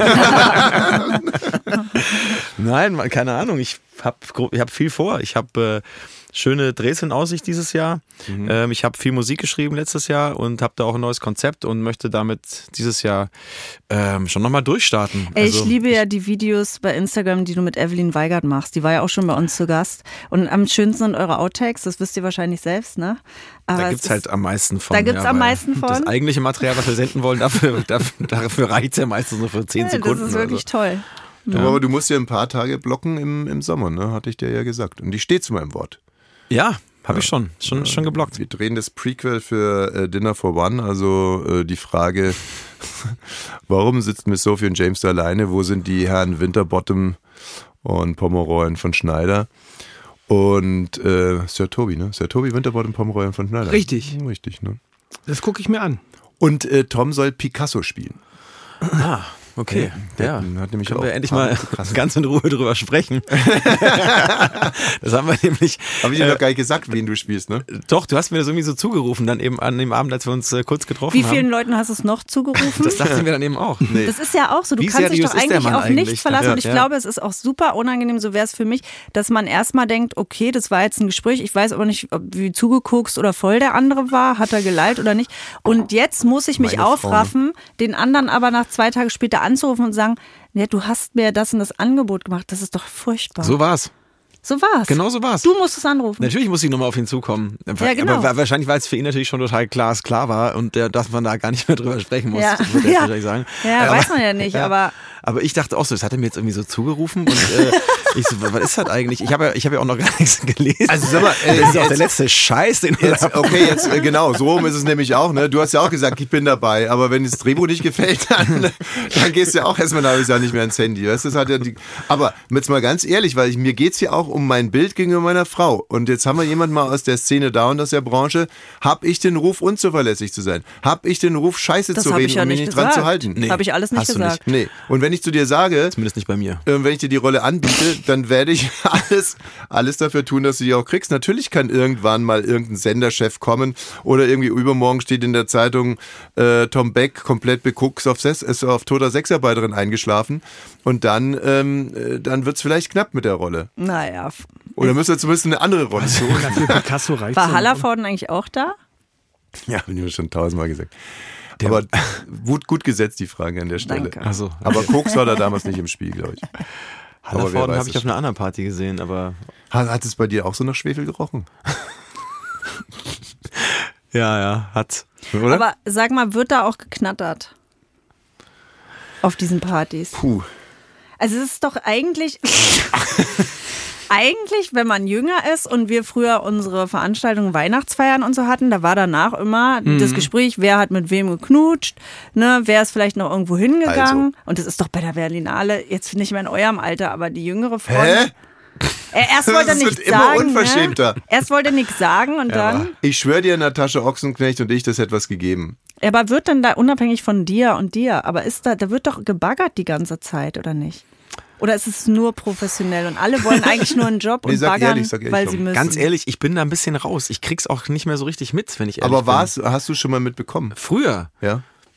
Nein, man, keine Ahnung. Ich habe ich hab viel vor. Ich habe äh, schöne Drehs in Aussicht dieses Jahr. Mhm. Ähm, ich habe viel Musik geschrieben letztes Jahr und habe da auch ein neues Konzept und möchte damit dieses Jahr ähm, schon nochmal durchstarten. Ey, ich also, liebe ja die Videos bei Instagram, die du mit Evelyn Weigert machst. Die war ja auch schon bei uns zu Gast. Und am schönsten sind eure Outtakes, das wisst ihr wahrscheinlich selbst, ne? Aber da gibt es halt am meisten von. Da gibt es ja, am meisten von. Das eigentliche Material, was wir senden wollen, dafür, dafür, dafür reicht es ja meistens nur für zehn ja, Sekunden. Das ist wirklich so. toll. Ja. Aber du musst ja ein paar Tage blocken im, im Sommer, ne? Hatte ich dir ja gesagt. Und ich stehe zu meinem Wort. Ja, habe ja. ich schon. Schon, ja. schon geblockt. Wir drehen das Prequel für äh, Dinner for One, also äh, die Frage, warum sitzen Miss Sophie und James da alleine? Wo sind die Herren Winterbottom und Pomeroy und von Schneider? Und äh, Sir Toby, ne? Sir Toby, Winterbottom, Pomeroy und von Schneider. Richtig. Richtig, ne? Das gucke ich mir an. Und äh, Tom soll Picasso spielen. Ah. Okay, ja. Hat nämlich Können auch wir endlich mal ganz in Ruhe drüber sprechen. Das haben wir nämlich... Habe ich dir äh, noch gar nicht gesagt, wen du spielst, ne? Doch, du hast mir das irgendwie so zugerufen, dann eben an dem Abend, als wir uns äh, kurz getroffen Wie haben. Wie vielen Leuten hast du es noch zugerufen? Das dachten wir dann eben auch. Nee. Das ist ja auch so, du Wie kannst dich seriös doch ist der eigentlich Mann auf eigentlich? nichts verlassen. Ja, und ich ja. glaube, es ist auch super unangenehm, so wäre es für mich, dass man erstmal denkt, okay, das war jetzt ein Gespräch, ich weiß aber nicht, ob wie zugeguckst oder voll der andere war, hat er geleitet oder nicht. Und jetzt muss ich mich Meine Frau, aufraffen, den anderen aber nach zwei Tagen später anzurufen und sagen, nee, du hast mir das und das Angebot gemacht, das ist doch furchtbar. So war's. So war's. Genau so war's. Du musst es anrufen. Natürlich muss ich nochmal auf ihn zukommen. Ja, genau. Aber wahrscheinlich, weil es für ihn natürlich schon total klar, klar war und der, dass man da gar nicht mehr drüber sprechen muss, Ja. würde er Ja. wahrscheinlich sagen. Ja, aber, weiß man ja nicht, ja. aber... Aber ich dachte auch so, das hat er mir jetzt irgendwie so zugerufen und äh, ich so, was ist das eigentlich? Ich habe ja, ich hab ja auch noch gar nichts gelesen. Also sag mal, ey, das ist auch jetzt- der letzte Scheiß, den wir Jetzt, okay, jetzt äh, genau, so rum ist es nämlich auch. Ne? Du hast ja auch gesagt, ich bin dabei, aber wenn das Drehbuch nicht gefällt, dann, dann gehst du ja auch erstmal ein halbes Jahr nicht mehr ins Handy. Weißt? Das hat ja die, aber jetzt mal ganz ehrlich, weil ich, mir geht's hier auch um mein Bild gegenüber meiner Frau. Und jetzt haben wir jemanden mal aus der Szene da und aus der Branche. Hab ich den Ruf, unzuverlässig zu sein? Hab ich den Ruf, Scheiße Das zu habe reden ich ja und mich nicht nicht gesagt. dran zu halten? Nee. Habe ich alles nicht Hast du gesagt. Nee. Und wenn ich zu dir sage, Zumindest nicht bei mir. äh, wenn ich dir die Rolle anbiete, dann werde ich alles, alles dafür tun, dass du die auch kriegst. Natürlich kann irgendwann mal irgendein Senderchef kommen oder irgendwie übermorgen steht in der Zeitung, äh, Tom Beck komplett beguckt auf, Ses- ist auf toter Sexarbeiterin eingeschlafen und dann, ähm, äh, dann wird es vielleicht knapp mit der Rolle. Naja. Oder müsst ihr zumindest eine andere Rolle So, suchen. dafür Picasso reicht War so. Hallervorden eigentlich auch da? Ja, bin ich mir schon tausendmal gesagt. Aber gut, gut gesetzt, die Frage an der Stelle. Danke. Also, Aber Koks war da damals nicht im Spiel, glaube ich. Aber wer Hallervorden weiß habe ich es auf einer anderen Party gesehen, aber Hat, hat es bei dir auch so nach Schwefel gerochen? ja, ja, hat. Oder? Aber sag mal, wird da auch geknattert? Auf diesen Partys? Puh. Also es ist doch eigentlich, eigentlich, wenn man jünger ist und wir früher unsere Veranstaltungen, Weihnachtsfeiern und so hatten, da war danach immer das Gespräch, wer hat mit wem geknutscht, ne, wer ist vielleicht noch irgendwo hingegangen. Und das ist doch bei der Berlinale jetzt nicht mehr in eurem Alter, aber die jüngere Front. Hä? Er, erst wollte er Das wird nichts immer sagen. unverschämter. Ne? Erst wollte er nichts sagen und dann. Ich schwöre dir, Natascha Ochsenknecht und ich, das hätte was gegeben. Aber wird dann da unabhängig von dir und dir, aber ist da, da wird doch gebaggert die ganze Zeit, oder nicht? Oder ist es nur professionell und alle wollen eigentlich nur einen Job Nee, und sag baggern, ehrlich, sag ehrlich, weil komm. sie müssen? Ganz ehrlich, ich bin da ein bisschen raus. Ich krieg's auch nicht mehr so richtig mit, wenn ich ehrlich Aber bin. war's, hast du schon mal mitbekommen? Früher. Ja.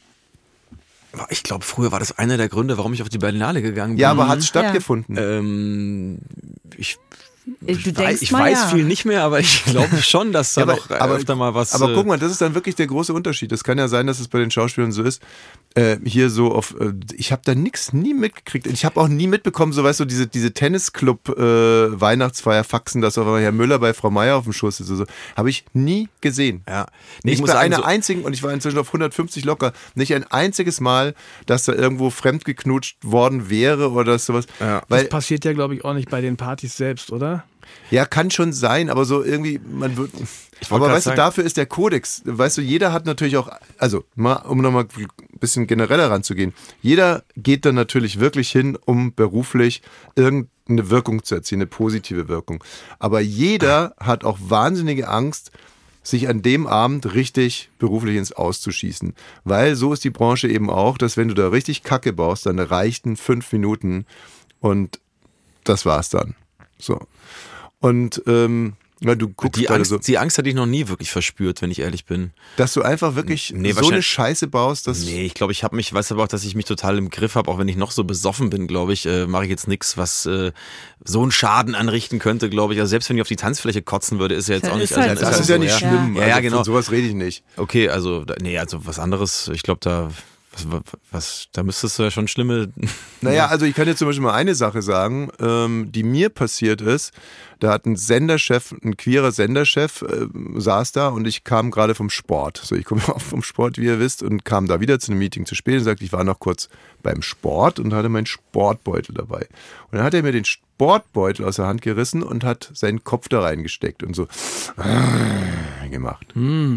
Ich glaube, früher war das einer der Gründe, warum ich auf die Berlinale gegangen bin. Ja, aber hat es stattgefunden? Ähm, ich Du ich denkst weiß, ich mal, weiß ja. viel nicht mehr, aber ich glaube schon, dass da Ja, aber- noch äh, aber- öfter mal was... Aber äh, guck mal, das ist dann wirklich der große Unterschied. Es kann ja sein, dass es bei den Schauspielern so ist. Äh, hier so auf, äh, ich habe da nix nie mitgekriegt. Ich habe auch nie mitbekommen, so weißt du, diese, diese Tennisclub-Weihnachtsfeier Faxen, dass auf einmal Herr Müller bei Frau Meier auf dem Schoß ist. So. Habe ich nie gesehen. Ja. Nee, Nicht ich muss bei sagen, einer so, einzigen, und ich war inzwischen auf hundertfünfzig locker, nicht ein einziges Mal, dass da irgendwo fremdgeknutscht worden wäre oder sowas. Ja. Weil, Das passiert ja, glaube ich, auch nicht bei den Partys selbst, oder? ja, kann schon sein, aber so irgendwie, man wird. wollte Aber grad weißt du, sagen- dafür ist der Kodex. Weißt du, jeder hat natürlich auch, also mal, um nochmal ein bisschen genereller ranzugehen, jeder geht dann natürlich wirklich hin, um beruflich irgendeine Wirkung zu erzielen, eine positive Wirkung. Aber jeder hat auch wahnsinnige Angst, sich an dem Abend richtig beruflich ins Aus zu schießen. Weil so ist die Branche eben auch, dass wenn du da richtig Kacke baust, dann reichten fünf Minuten und das war's dann. So. Und ähm, ja, du guckst die, gerade Angst, so, die Angst hatte ich noch nie wirklich verspürt, wenn ich ehrlich bin. dass du einfach wirklich Nee, so eine wahrscheinlich- Scheiße baust, dass Nee, ich glaube, ich habe mich, weiß aber auch, dass ich mich total im Griff habe, auch wenn ich noch so besoffen bin, glaube ich, äh, mache ich jetzt nichts, was äh, so einen Schaden anrichten könnte, glaube ich. Also selbst wenn ich auf die Tanzfläche kotzen würde, ist ja jetzt Das auch nicht... ist halt also, so. das ist ja nicht so, schlimm. Ja, Also ja, genau. Von sowas rede ich nicht. Okay, also, da- nee, also was anderes, ich glaube, da, was, was, da müsstest du ja schon schlimme... Naja, also ich kann dir zum Beispiel mal eine Sache sagen, ähm, die mir passiert ist. Da hat ein Senderchef, ein queerer Senderchef, äh, saß da und ich kam gerade vom Sport. So, ich komme auch vom Sport, wie ihr wisst, und kam da wieder zu einem Meeting zu spät und sagte, ich war noch kurz beim Sport und hatte meinen Sportbeutel dabei. Und dann hat er mir den Sportbeutel aus der Hand gerissen und hat seinen Kopf da reingesteckt und so gemacht.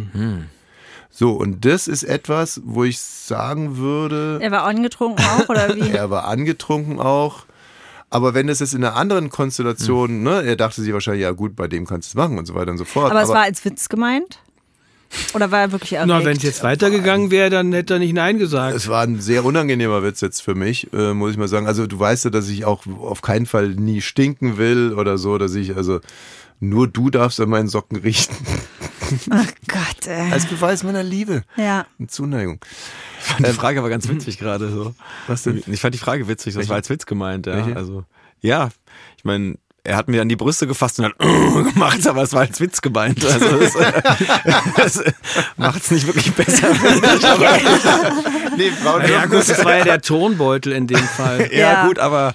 So, und das ist etwas, wo ich sagen würde, Er war angetrunken auch, oder wie? er war angetrunken auch. Aber wenn das jetzt in einer anderen Konstellation, ne, er dachte sich wahrscheinlich, ja gut, bei dem kannst du es machen und so weiter und so fort. Aber es war als Witz gemeint? Oder war er wirklich erregt? Na, wenn es jetzt weitergegangen wäre, dann hätte er nicht Nein gesagt. Es war ein sehr unangenehmer Witz jetzt für mich, äh, muss ich mal sagen. Also du weißt ja, dass ich auch auf keinen Fall nie stinken will oder so, dass ich, also nur du darfst an meinen Socken riechen. Ach Gott, ey. Als Beweis meiner Liebe Ja. und Zuneigung. Ich fand die Frage aber ganz witzig gerade so. Was denn? Ich fand die Frage witzig, das Welche? war als Witz gemeint. Ja, Welche? also, ja ich meine, er hat mir an die Brüste gefasst und hat gemacht, aber es war als Witz gemeint. Also das, das macht es nicht wirklich besser. Nee, Frauen Ja gut, das war ja der Turnbeutel in dem Fall. Ja, Ja. gut, aber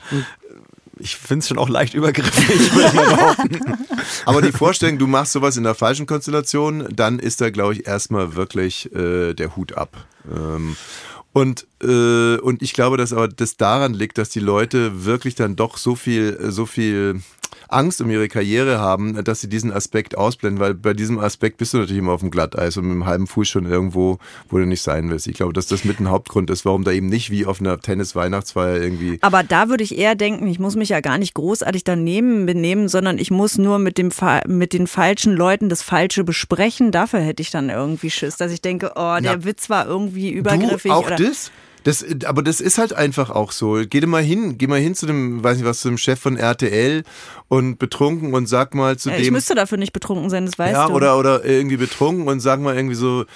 ich finde es schon auch leicht übergriffig, würde ich mal behaupten. Aber die Vorstellung, du machst sowas in der falschen Konstellation, dann ist da, glaube ich, erstmal wirklich äh, der Hut ab. Ähm, und, äh, und ich glaube, dass aber das daran liegt, dass die Leute wirklich dann doch so viel, so viel Angst um ihre Karriere haben, dass sie diesen Aspekt ausblenden, weil bei diesem Aspekt bist du natürlich immer auf dem Glatteis und mit dem halben Fuß schon irgendwo, wo du nicht sein willst. Ich glaube, dass das mit ein Hauptgrund ist, warum da eben nicht wie auf einer Tennis-Weihnachtsfeier irgendwie... Aber da würde ich eher denken, ich muss mich ja gar nicht großartig daneben benehmen, sondern ich muss nur mit, dem, Fa- mit den falschen Leuten das Falsche besprechen. Dafür hätte ich dann irgendwie Schiss, dass ich denke, oh, der Na, Witz war irgendwie übergriffig. Du, auch oder das? Das, aber das ist halt einfach auch so. Geh dir mal hin, geh mal hin zu dem, weiß nicht was, zu dem Chef von R T L und betrunken und sag mal zu Ja, dem. ich müsste dafür nicht betrunken sein, das weißt ja, du. oder, oder irgendwie betrunken und sag mal irgendwie so,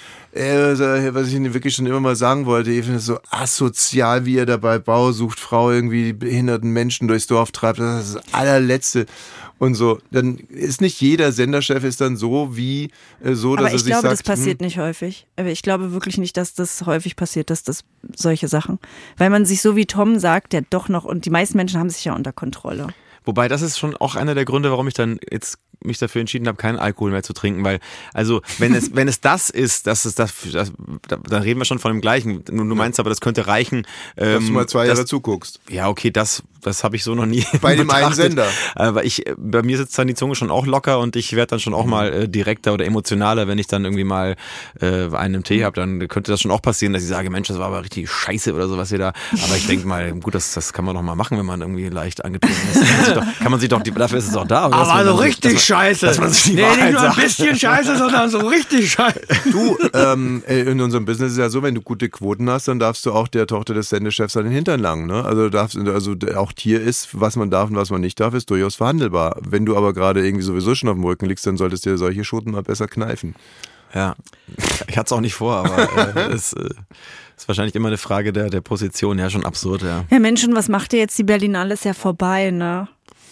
äh, was ich Ihnen wirklich schon immer mal sagen wollte, ich finde es so asozial, wie er dabei Bau sucht, Frau irgendwie die behinderten Menschen durchs Dorf treibt. Das ist das allerletzte. Und so, dann ist nicht jeder Senderchef ist dann so wie äh, so, dass Aber er ich sich glaube, sagt, das passiert hm, nicht häufig. Aber ich glaube wirklich nicht, dass das häufig passiert, dass das solche Sachen. Weil man sich so wie Tom sagt, der doch noch, und die meisten Menschen haben sich ja unter Kontrolle. Wobei, das ist schon auch einer der Gründe, warum ich dann jetzt mich dafür entschieden habe, keinen Alkohol mehr zu trinken, weil, also, wenn es, wenn es das ist, das ist das, das dann reden wir schon von dem Gleichen. Du, du meinst aber, das könnte reichen. Ähm, dass du mal zwei das, Jahre zuguckst. Ja, okay, das, das habe ich so noch nie Bei dem einen betrachtet. Sender. Aber ich, bei mir sitzt dann die Zunge schon auch locker und ich werde dann schon auch mal äh, direkter oder emotionaler, wenn ich dann irgendwie mal äh, einen im Tee habe, dann könnte das schon auch passieren, dass ich sage, Mensch, das war aber richtig scheiße oder so, was ihr da. Aber ich denke mal, gut, das, das kann man doch mal machen, wenn man irgendwie leicht angetrunken ist. Kann man sich doch, kann man sich doch dafür ist es auch da. Oder? Dass Aber man so dann- richtig dass man, scheiße. Dass man sich die nee, Wahrheit nicht nur ein sagt. bisschen scheiße, sondern so richtig scheiße. Du, ähm, in unserem Business ist es ja so, wenn du gute Quoten hast, dann darfst du auch der Tochter des Sendechefs an den Hintern langen. Ne? Also, du darfst, also auch hier ist, was man darf und was man nicht darf, ist durchaus verhandelbar. Wenn du aber gerade irgendwie sowieso schon auf dem Rücken liegst, dann solltest du dir solche Schoten mal besser kneifen. Ja, ich hatte es auch nicht vor, aber äh, es äh, ist wahrscheinlich immer eine Frage der, der Position. Ja, schon absurd, ja. Ja, Mensch, und was macht ihr jetzt? Die Berlinale ist ja vorbei, ne?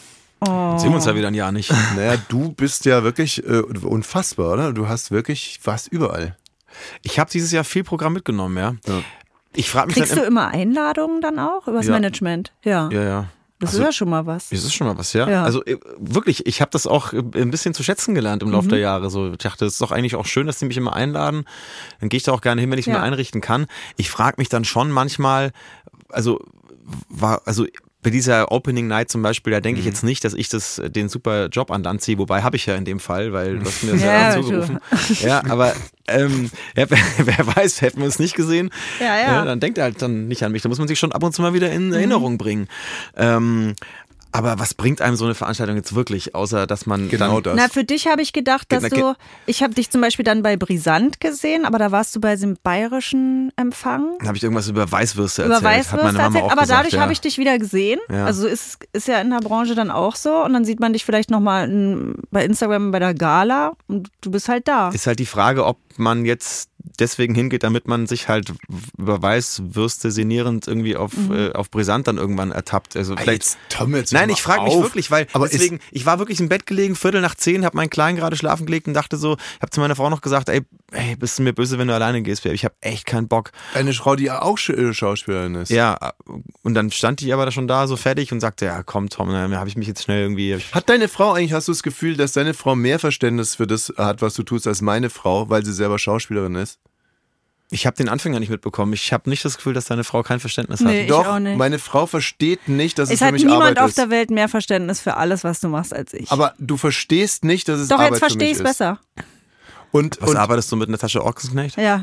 Oh. Sehen wir uns ja wieder ein Jahr nicht. Naja, du bist ja wirklich äh, unfassbar, oder? Du hast wirklich was überall. Ich habe dieses Jahr viel Programm mitgenommen, ja. Ja. Ich frage mich Kriegst dann du immer Einladungen dann auch übers Ja. Management? Ja. Ja, ja. Das Also- ist ja schon mal was. Das ist schon mal was, ja. Ja. Also äh, wirklich, ich habe das auch äh, ein bisschen zu schätzen gelernt im Laufe der Jahre. So, ich dachte, es ist doch eigentlich auch schön, dass die mich immer einladen. Dann gehe ich da auch gerne hin, wenn ich es Ja. mir einrichten kann. Ich frage mich dann schon manchmal, also war, also bei dieser Opening Night zum Beispiel, da denke ich jetzt nicht, dass ich das den super Job an Land ziehe, wobei habe ich ja in dem Fall, weil du hast mir das ja, Ja, ja zugerufen. Ja, aber ähm, ja, wer weiß, hätten wir es nicht gesehen, Ja, ja. äh, dann denkt er halt dann nicht an mich. Da muss man sich schon ab und zu mal wieder in Erinnerung bringen. Ähm, aber was bringt einem so eine Veranstaltung jetzt wirklich, außer dass man Genau dann, das. Na, für dich habe ich gedacht, dass Na, du, ich habe dich zum Beispiel dann bei Brisant gesehen, aber da warst du bei diesem bayerischen Empfang. habe ich irgendwas über Weißwürste Über erzählt. Weißwürste Hat meine Mama erzählt, auch aber gesagt, dadurch ja. habe ich dich wieder gesehen. Ja. Also ist, ist ja in der Branche dann auch so und dann sieht man dich vielleicht nochmal bei Instagram bei der Gala und du bist halt da. Ist halt die Frage, ob man jetzt deswegen hingeht, damit man sich halt über Weißwürste sinnierend irgendwie auf, Mhm. äh, auf Brisant dann irgendwann ertappt. Also Ah, vielleicht. jetzt, Tom, jetzt Nein, hör ich mal frage mich auf. wirklich, weil Aber deswegen, ich war wirklich im Bett gelegen, Viertel nach zehn, habe meinen Kleinen gerade schlafen gelegt und dachte so, habe zu meiner Frau noch gesagt, ey, ey, bist du mir böse, wenn du alleine gehst? Ich habe echt keinen Bock. Eine Frau, die auch Sch- äh, Schauspielerin ist. Ja, und dann stand die aber da schon da so fertig und sagte, ja komm Tom, dann habe ich mich jetzt schnell irgendwie... hab ich- Hat deine Frau eigentlich, hast du das Gefühl, dass deine Frau mehr Verständnis für das hat, was du tust, als meine Frau, weil sie selber Schauspielerin ist? Ich habe den Anfänger nicht mitbekommen. Ich habe nicht das Gefühl, dass deine Frau kein Verständnis hat. Nee. Ich Doch, auch nicht. meine Frau versteht nicht, dass es, Es für hat mich niemand Arbeit auf ist. der Welt mehr Verständnis für alles, was du machst, als ich. Aber du verstehst nicht, dass es Doch, Arbeit jetzt verstehe ich für es mich ist. besser. Und, Was und arbeitest du mit Natascha Ochsenknecht? Ja.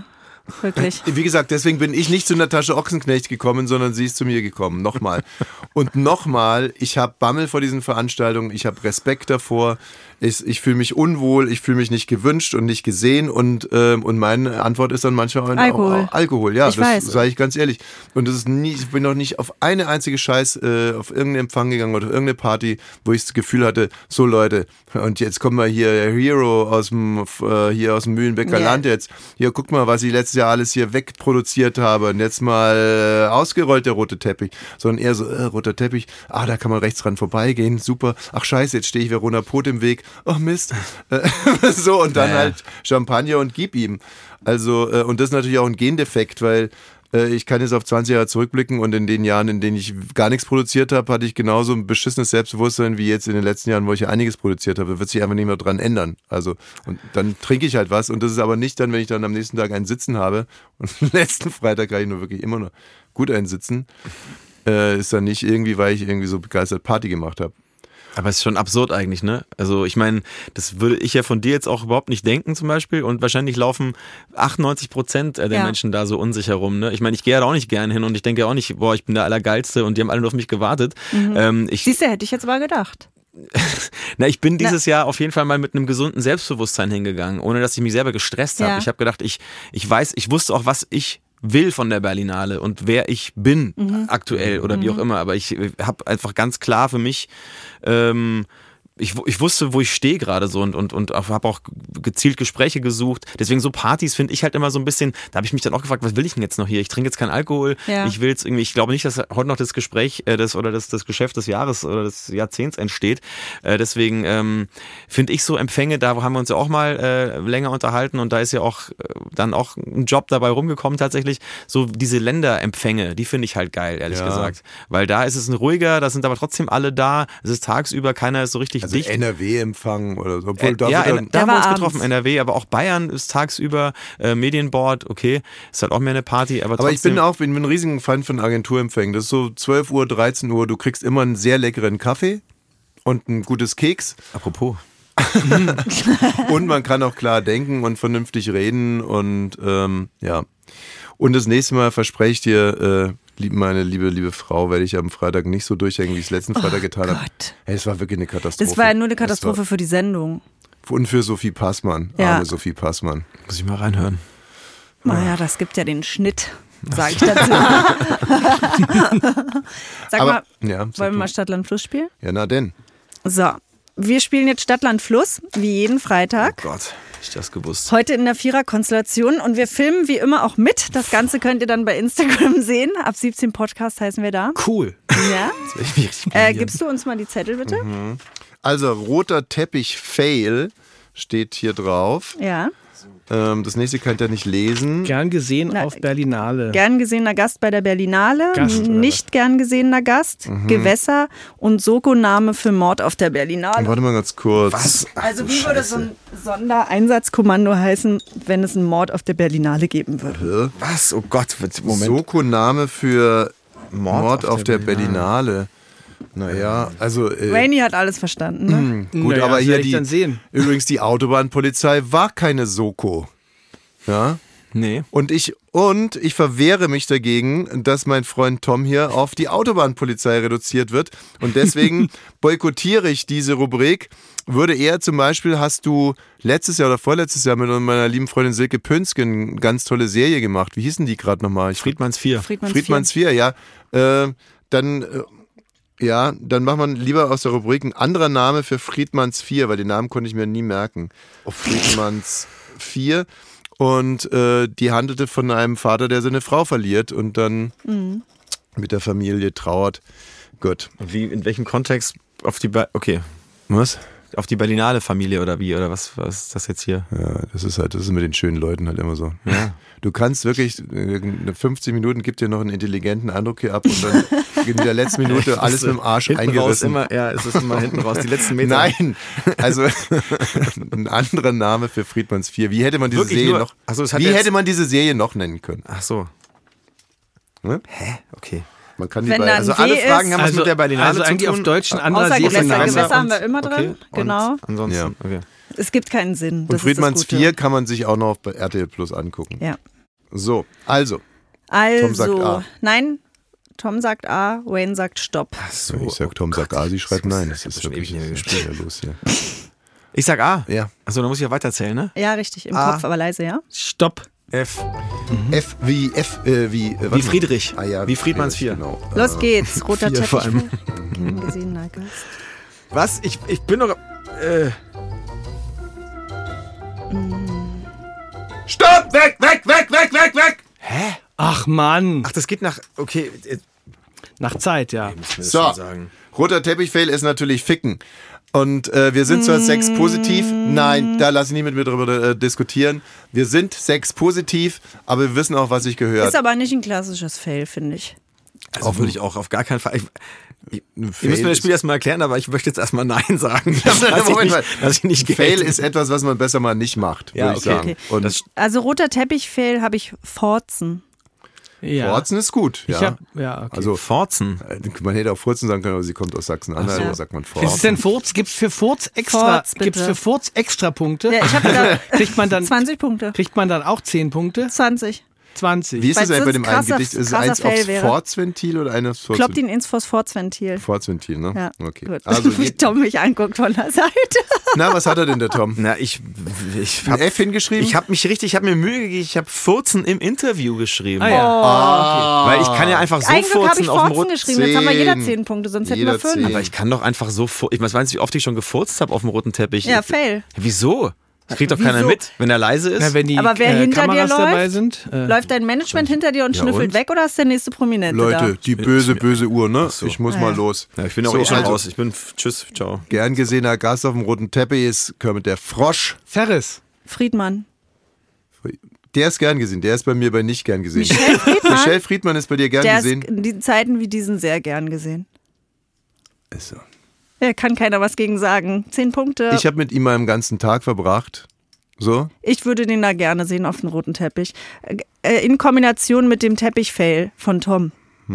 wirklich. Wie gesagt, deswegen bin ich nicht zu Natascha Ochsenknecht gekommen, sondern sie ist zu mir gekommen. Nochmal. Und nochmal, ich habe Bammel vor diesen Veranstaltungen, ich habe Respekt davor, ich, ich fühle mich unwohl, ich fühle mich nicht gewünscht und nicht gesehen und, ähm, und meine Antwort ist dann manchmal auch Alkohol. Auch, auch Alkohol. Ja, ich das weiß. sage ich ganz ehrlich. Und das ist nie, ich bin noch nicht auf eine einzige Scheiß, äh, auf irgendeinen Empfang gegangen oder auf irgendeine Party, wo ich das Gefühl hatte, so Leute, und jetzt kommen wir hier, der Hero aus dem, äh, hier aus dem Mühlenbecker Yeah. Land jetzt, hier guck mal, was ich letztes Jahr alles hier wegproduziert habe und jetzt mal äh, ausgerollt der rote Teppich, sondern eher so, äh, roter Teppich, ah, da kann man rechts dran vorbeigehen, super, ach scheiße, jetzt stehe ich Verona Poth im Weg, oh Mist, so und dann Naja. halt Champagner und gib ihm. Also, äh, und das ist natürlich auch ein Gendefekt, weil äh, ich kann jetzt auf zwanzig Jahre zurückblicken und in den Jahren, in denen ich gar nichts produziert habe, hatte ich genauso ein beschissenes Selbstbewusstsein wie jetzt in den letzten Jahren, wo ich ja einiges produziert habe. Wird sich einfach nicht mehr dran ändern. Also, und dann trinke ich halt was und das ist aber nicht dann, wenn ich dann am nächsten Tag einen Sitzen habe und letzten Freitag kann ich nur wirklich immer noch gut einen Sitzen, äh, ist dann nicht irgendwie, weil ich irgendwie so begeistert Party gemacht habe. Aber es ist schon absurd eigentlich, ne? Also ich meine, das würde ich ja von dir jetzt auch überhaupt nicht denken zum Beispiel und wahrscheinlich laufen achtundneunzig Prozent der Ja. Menschen da so unsicher rum, ne? Ich meine, ich gehe ja da auch nicht gern hin und ich denke ja auch nicht, boah, ich bin der Allergeilste und die haben alle nur auf mich gewartet. Mhm. Ähm, ich, Siehst du, hätte ich jetzt mal gedacht. na, ich bin dieses Jahr auf jeden Fall mal mit einem gesunden Selbstbewusstsein hingegangen, ohne dass ich mich selber gestresst habe. Ja. Ich habe gedacht, ich, ich weiß, ich wusste auch, was ich will von der Berlinale und wer ich bin Mhm. aktuell oder wie auch immer. Aber ich habe einfach ganz klar für mich ähm, Ich, ich wusste, wo ich stehe gerade so und, und, und habe auch gezielt Gespräche gesucht. Deswegen so Partys finde ich halt immer so ein bisschen, da habe ich mich dann auch gefragt, was will ich denn jetzt noch hier? Ich trinke jetzt keinen Alkohol. Ja. Ich will jetzt irgendwie, ich glaube nicht, dass heute noch das Gespräch äh, das, oder das, das Geschäft des Jahres oder des Jahrzehnts entsteht. Äh, deswegen ähm, finde ich so Empfänge, da haben wir uns ja auch mal äh, länger unterhalten und da ist ja auch äh, dann auch ein Job dabei rumgekommen tatsächlich. So diese Länderempfänge, die finde ich halt geil, ehrlich Ja. gesagt. Weil da ist es ein ruhiger, da sind aber trotzdem alle da, es ist tagsüber, keiner ist so richtig Also dicht. N R W-Empfang oder so. Obwohl, Äh, da ja, wird N- dann, da Der haben wir war uns abends. getroffen, N R W, aber auch Bayern ist tagsüber, äh, Medienboard, okay, ist halt auch mehr eine Party, aber, aber ich trotzdem. bin auch bin ein riesiger Fan von Agenturempfängen. Das ist so zwölf Uhr, dreizehn Uhr, du kriegst immer einen sehr leckeren Kaffee und ein gutes Keks Apropos. und man kann auch klar denken und vernünftig reden und ähm, ja. Und das nächste Mal verspreche ich dir, äh, lieb- meine liebe, liebe Frau, werde ich am Freitag nicht so durchhängen, wie ich es letzten Freitag getan habe. Gott. Hey, es war wirklich eine Katastrophe. Das war ja nur eine Das Katastrophe für die Sendung. War, und für Sophie Passmann, Ja. arme Sophie Passmann. Muss ich mal reinhören. Naja, das gibt ja den Schnitt, sage ich dazu. Sag Aber, mal, ja, sag wollen wir du. mal Stadtland Fluss spielen? Ja, na denn. So, wir spielen jetzt Stadtland Fluss, wie jeden Freitag. Gott, hätte ich das gewusst. Heute in der Vierer-Konstellation und wir filmen wie immer auch mit. Das Ganze könnt ihr dann bei Instagram sehen. Ab siebzehn Podcast heißen wir da. Cool. Ja. Das will ich mich richtig Äh, blamieren. gibst du uns mal die Zettel bitte? Also, roter Teppich Fail steht hier drauf. Ja. Ähm, das nächste könnt ihr nicht lesen. Gern gesehen Na, auf Berlinale. Gern gesehener Gast bei der Berlinale, Gast, oder nicht gern gesehener Gast, Gewässer und Soko-Name für Mord auf der Berlinale. Warte mal ganz kurz. Was? Also wie würde so ein Sondereinsatzkommando heißen, wenn es einen Mord auf der Berlinale geben würde? Was? Oh Gott, Moment. Soko-Name für Mord Mord, auf auf, der der Berlinale. Naja, also äh, Rainy hat alles verstanden, ne? gut, Naja, aber das hier werde ich die, dann sehen. übrigens die Autobahnpolizei war keine Soko. Ja, Nee. und ich und ich verwehre mich dagegen, dass mein Freund Tom hier auf die Autobahnpolizei reduziert wird und deswegen boykottiere ich diese Rubrik. Würde er zum Beispiel, hast du letztes Jahr oder vorletztes Jahr mit meiner lieben Freundin Silke Pünzke eine ganz tolle Serie gemacht. Wie hießen die gerade nochmal? Ich Friedmanns vier. Friedmanns Friedmanns vier, ja. Äh, dann, äh, ja, dann macht man lieber aus der Rubrik ein anderer Name für Friedmanns vier, weil den Namen konnte ich mir nie merken. Friedmanns vier. Und äh, die handelte von einem Vater, der seine Frau verliert und dann Mhm. mit der Familie trauert. Gut. Und wie, in welchem Kontext auf die, Be okay, Was? auf die Berlinale Familie oder wie, oder was, was ist das jetzt hier? Ja, das ist halt, das ist mit den schönen Leuten halt immer so. Ja. Du kannst wirklich, äh, fünfzig Minuten gibt dir noch einen intelligenten Eindruck hier ab und dann in der letzten Minute alles mit dem Arsch Hinten raus eingerissen. immer, ja, es ist immer hinten raus, die letzten Meter. Nein, also ein anderer Name für Friedmanns vier. Wie hätte man diese Wirklich Serie nur- noch? Ach so, es hat wie jetzt- hätte man diese Serie noch nennen können? Ach so. Ne? Hä? Okay. Man kann die Wenn bei, dann also W Alle Fragen ist- haben was Also, mit der Berlinale also zu eigentlich tun. auf Deutsch ein anderer Außer Gewässer, Serienname. Gewässer haben wir immer drin, Okay. genau. Und ansonsten, Ja. okay. Es gibt keinen Sinn. und Das Friedmanns ist das Gute. vier kann man sich auch noch bei R T L Plus angucken. Ja. So, also. Also, Tom sagt A. Nein, Tom sagt A, Wayne sagt Stopp. So, ich sag Tom sagt A, sie schreibt nein. Das ist wirklich ewig was ist denn da los hier. Ich sag A. Ja. Achso, dann muss ich ja weiterzählen, ne? Ja, richtig, im A. Kopf, aber leise, ja? Stopp. F. F wie F, äh, wie, äh, warte Wie mal. Friedrich. Ah, ja, Wie Friedmanns vier. Genau. Los geht's, roter vier Teppich. vor allem. Gern gesehener Gast. Was? Ich, ich bin doch... Äh, Stopp! Weg, weg, weg, weg, weg, weg! hä? Ach Mann. Ach, das geht nach... Okay, äh, Nach Zeit, ja. muss mir das So, schon sagen. roter Teppichfail ist natürlich Ficken. Und äh, wir sind zwar Sex positiv, nein, da lass ich nie mit mir drüber äh, diskutieren. Wir sind Sex positiv, aber wir wissen auch, was sich gehört. Ist aber nicht ein klassisches Fail, finde ich. Also würde ich auch auf gar keinen Fall... Ich, ich, Ein ihr Fail müsst mir das ist- Spiel erstmal erklären, aber ich möchte jetzt erstmal Nein sagen. Das dass, ich Moment nicht, mal. dass ich nicht Fail gelte. ist etwas, was man besser mal nicht macht, Ja, würde ich okay. sagen. Okay. Und Das- Also roter Teppich-Fail habe ich Forzen. ja. Forzen ist gut. Ich Ja. hab, ja, okay. Also Forzen. äh, man hätte auch Furzen sagen können, aber sie kommt aus Sachsen-Anhalt, so. oder sagt man Was Forzen. ist denn Furz? Gibt's für Furz extra, Furz, bitte. gibt's für Furz extra Punkte? Ja, ich habe da Kriegt man dann, zwanzig Punkte. kriegt man dann auch zehn Punkte? zwanzig. zwanzig. Wie ist Weil das eigentlich bei dem sonst einen krasser- Gedicht? Ist es krasser eins Fail aufs wäre. Forzventil oder eines aufs Kloppt ihn ins Phosphorsventil. Forzventil, ne? Ja, Okay. gut. Also, Wie Tom mich anguckt von der Seite. na, was hat er denn, der Tom? Na, ich... ich Ein hab, F hingeschrieben? ich habe mich richtig... Ich habe mir Mühe gegeben. Ich habe Furzen im Interview geschrieben. Ah ja. Weil ich kann ja einfach so Ein Glück habe furzen ich auf dem Forzen roten... geschrieben. Jetzt haben wir jeder Zehn. zehn Punkte, sonst hätten Jeder wir fünf. zehn. Aber ich kann doch einfach so... fu- Ich weiß nicht, wie oft ich schon gefurzt habe auf dem roten Teppich. Ja, Fail. Wieso? Das kriegt doch keiner Wieso? mit, wenn er leise ist. Na, wenn die Aber wer äh, hinter dir Kameras läuft, dabei sind. Äh, Läuft dein Management hinter dir und Ja, schnüffelt und? weg oder ist der nächste Prominente Leute, da? die böse, böse Uhr, ne? so. Ich muss Ah, mal ja. los. ja, ich bin auch So, eh schon also- raus. Ich bin... f- Tschüss, ciao. Gern gesehener Gast auf dem roten Teppich ist Kermit der Frosch. Ferris. Friedmann. Der ist gern gesehen, der ist bei mir bei nicht gern gesehen. Michelle Friedmann. Michelle Friedmann ist bei dir gern Der ist gesehen. in diesen Zeiten wie diesen sehr gern gesehen. Ist so. Ja, kann keiner was gegen sagen. Zehn Punkte. Ich habe mit ihm mal einen ganzen Tag verbracht. So? Ich würde den da gerne sehen auf dem roten Teppich. Äh, In Kombination mit dem Teppich-Fail von Tom.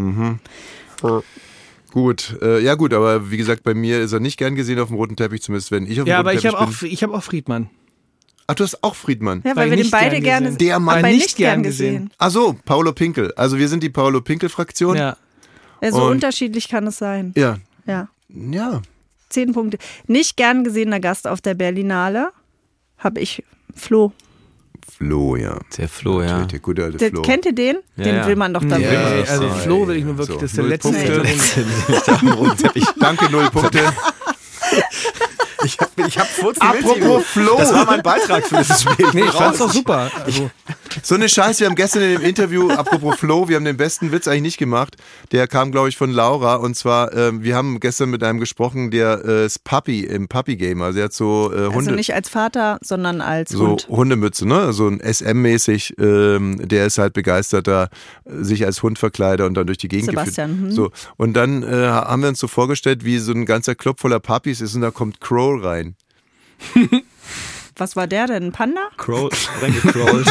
Gut, äh, ja gut, aber wie gesagt, bei mir ist er nicht gern gesehen auf dem roten Teppich, zumindest wenn ich auf dem Ja, roten aber ich Teppich habe auch, bin. ich hab auch Friedmann. Ach, du hast auch Friedmann. Ja, Bei weil wir den nicht beide gern gerne gesehen. Der Mann bei nicht nicht gern gern gesehen. gesehen. Ach so, Paolo Pinkel. Also wir sind die Paolo Pinkel-Fraktion. Ja. Ja, so Und- unterschiedlich kann es sein. Ja. Ja. Ja. Zehn Punkte. Nicht gern gesehener Gast auf der Berlinale habe ich Flo. Flo, ja. Der Flo, ja. Der gute alte Der, Flo. kennt ihr den? Ja, den ja. will man doch da Nee, bringen. also so, Flo will ey, ich nur wirklich, so. das ist der Null letzte. Punkte. Auf dem roten Teppich. Danke, null Punkte. Ich hab, ich hab Furzen Apropos Flo. Das war mein Beitrag für dieses Spiel. Nee, ich fand's doch super. Also, So eine Scheiße, wir haben gestern in dem Interview, apropos Flo, wir haben den besten Witz eigentlich nicht gemacht. Der kam, glaube ich, von Laura. Und zwar, ähm, wir haben gestern mit einem gesprochen, der äh, ist Puppy im Puppy-Game. Also er hat so äh, Hunde. Also nicht als Vater, sondern als So Hund. Hundemütze, ne? So ein S M-mäßig, ähm, der ist halt begeisterter, äh, sich als Hund verkleidet und dann durch die Gegend Sebastian, geführt. hm. So. Und dann äh, haben wir uns so vorgestellt, wie so ein ganzer Club voller Puppies ist und da kommt Crow rein. Was war der denn? Ein Panda? Crow, reingecrawlt.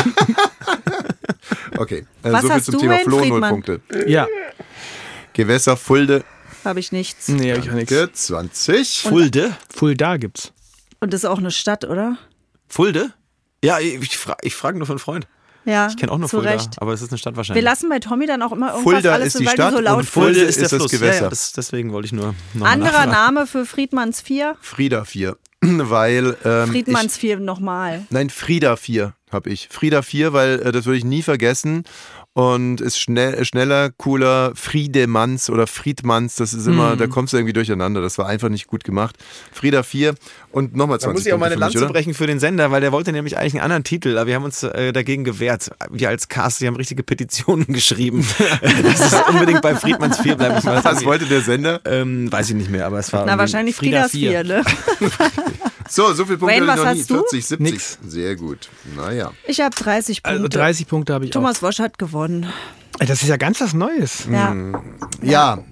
Okay, äh, Was so viel hast zum du, Thema Wayne Flo, null Friedmann? Punkte. ja. Gewässer Fulde, Habe ich nichts. Nee, hab ich auch nichts. Danke, zwanzig. Fulde? Fulda gibt's. Und das ist auch eine Stadt, oder? Fulde? Ja, ich, fra ich frage nur für einen Freund. Ja, Ich kenne auch nur zu Fulda, Recht. aber es ist eine Stadt Wir wahrscheinlich. lassen bei Tommy dann auch immer irgendwas Fulda alles ist so, die weil Stadt die so laut und Fulde sind. ist das Fluss. Gewässer. Ja, ja, das, deswegen wollte ich nur noch Anderer nachfragen. Name für Friedmanns vier? Frieda vier. Weil, ähm, Friedmanns ich, vier nochmal. nein, Frieda vier habe ich. Frieda vier, weil äh, das würde ich nie vergessen. Und ist schnell, schneller, cooler, Friedemanns oder Friedmanns, das ist immer, Hm. da kommst du irgendwie durcheinander. Das war einfach nicht gut gemacht. Frieda vier und nochmal Da zwanzig muss ich auch meine Punkte für mich, Lanze oder? brechen für den Sender, weil der wollte nämlich eigentlich einen anderen Titel, aber wir haben uns äh, dagegen gewehrt. Wir als Cast, die haben richtige Petitionen geschrieben, dass es unbedingt bei Friedmanns vier bleibt. Was wollte der Sender? Ähm, weiß ich nicht mehr, aber es war Na, irgendwie- wahrscheinlich Frieda Friedas vier, ne? So, so viele Punkte Wayne, hatte ich was noch nie. hast du? vierzig, siebzig. Nix. Sehr gut. Naja. Ich habe dreißig Punkte. Also dreißig Punkte habe ich Thomas Wosch hat gewonnen. auch. Das ist ja ganz was Neues. Ja. Ja,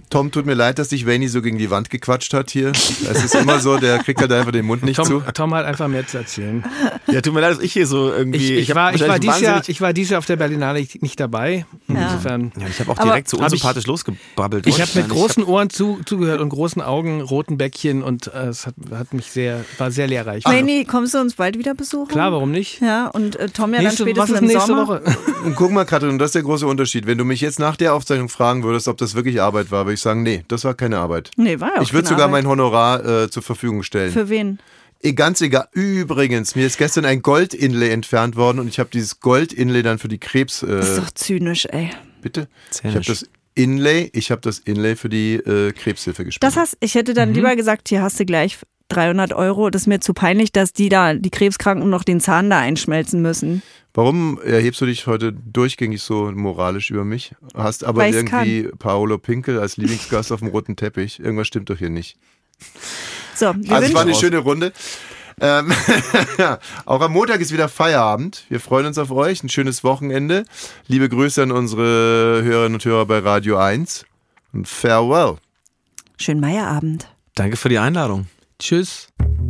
Tom, tut mir leid, dass dich Wayne so gegen die Wand gequatscht hat hier. Es ist immer so, der kriegt halt einfach den Mund nicht Tom, zu. Tom hat einfach mehr zu erzählen. Ja, tut mir leid, dass ich hier so irgendwie... Ich, ich, hab war, ich, war wahrscheinlich dieses Jahr, wahnsinnig- ich war dieses Jahr auf der Berlinale nicht, nicht dabei. Ja. Insofern, Ja, ich habe auch Aber direkt so hab ich- unsympathisch losgebabbelt. ich habe mit Wahrscheinlich. großen Ohren zu, zugehört und großen Augen, roten Bäckchen und äh, es hat, hat mich sehr, war sehr lehrreich. Rainy, kommst du uns bald wieder besuchen? Klar, warum nicht? Ja, und äh, Tom ja Nächste, dann was spätestens ist im nächste Sommer. Woche? Und guck mal, Katrin, und das ist der große Unterschied. Wenn du mich jetzt nach der Aufzeichnung fragen würdest, ob das wirklich Arbeit war, würde ich sagen, nee, das war keine Arbeit. Nee, war ja auch Ich würde keine sogar Arbeit. mein Honorar äh, zur Verfügung stellen. Für wen? Eh, Ganz egal. Übrigens, mir ist gestern ein Gold-Inlay entfernt worden und ich habe dieses Gold-Inlay dann für die Krebs... Äh, Das ist doch zynisch, ey. bitte? Ich Zynisch. habe das Inlay, ich habe das Inlay für die äh, Krebshilfe gespielt. Das hast, ich hätte dann lieber gesagt, hier hast du gleich dreihundert Euro. Das ist mir zu peinlich, dass die da, die Krebskranken noch den Zahn da einschmelzen müssen. Warum erhebst du dich heute durchgängig so moralisch über mich? Hast aber Weil ich's irgendwie Paolo Pinkel als Lieblingsgast auf dem roten Teppich. Irgendwas stimmt doch hier nicht. So, wir Also es war wünschen, eine schöne Runde. Ähm, auch am Montag ist wieder Feierabend. Wir freuen uns auf euch. Ein schönes Wochenende. Liebe Grüße an unsere Hörerinnen und Hörer bei Radio eins. Und farewell. schönen Meierabend. Danke für die Einladung. Tschüss.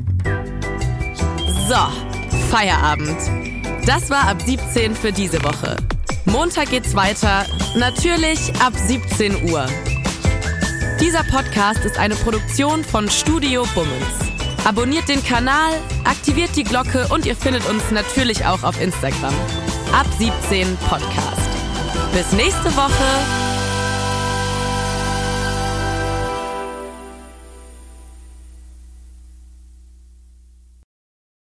So, Feierabend. Das war ab siebzehn für diese Woche. Montag geht's weiter, natürlich ab siebzehn Uhr. Dieser Podcast ist eine Produktion von Studio Bummens. Abonniert den Kanal, aktiviert die Glocke und ihr findet uns natürlich auch auf Instagram. Ab siebzehn Podcast. Bis nächste Woche.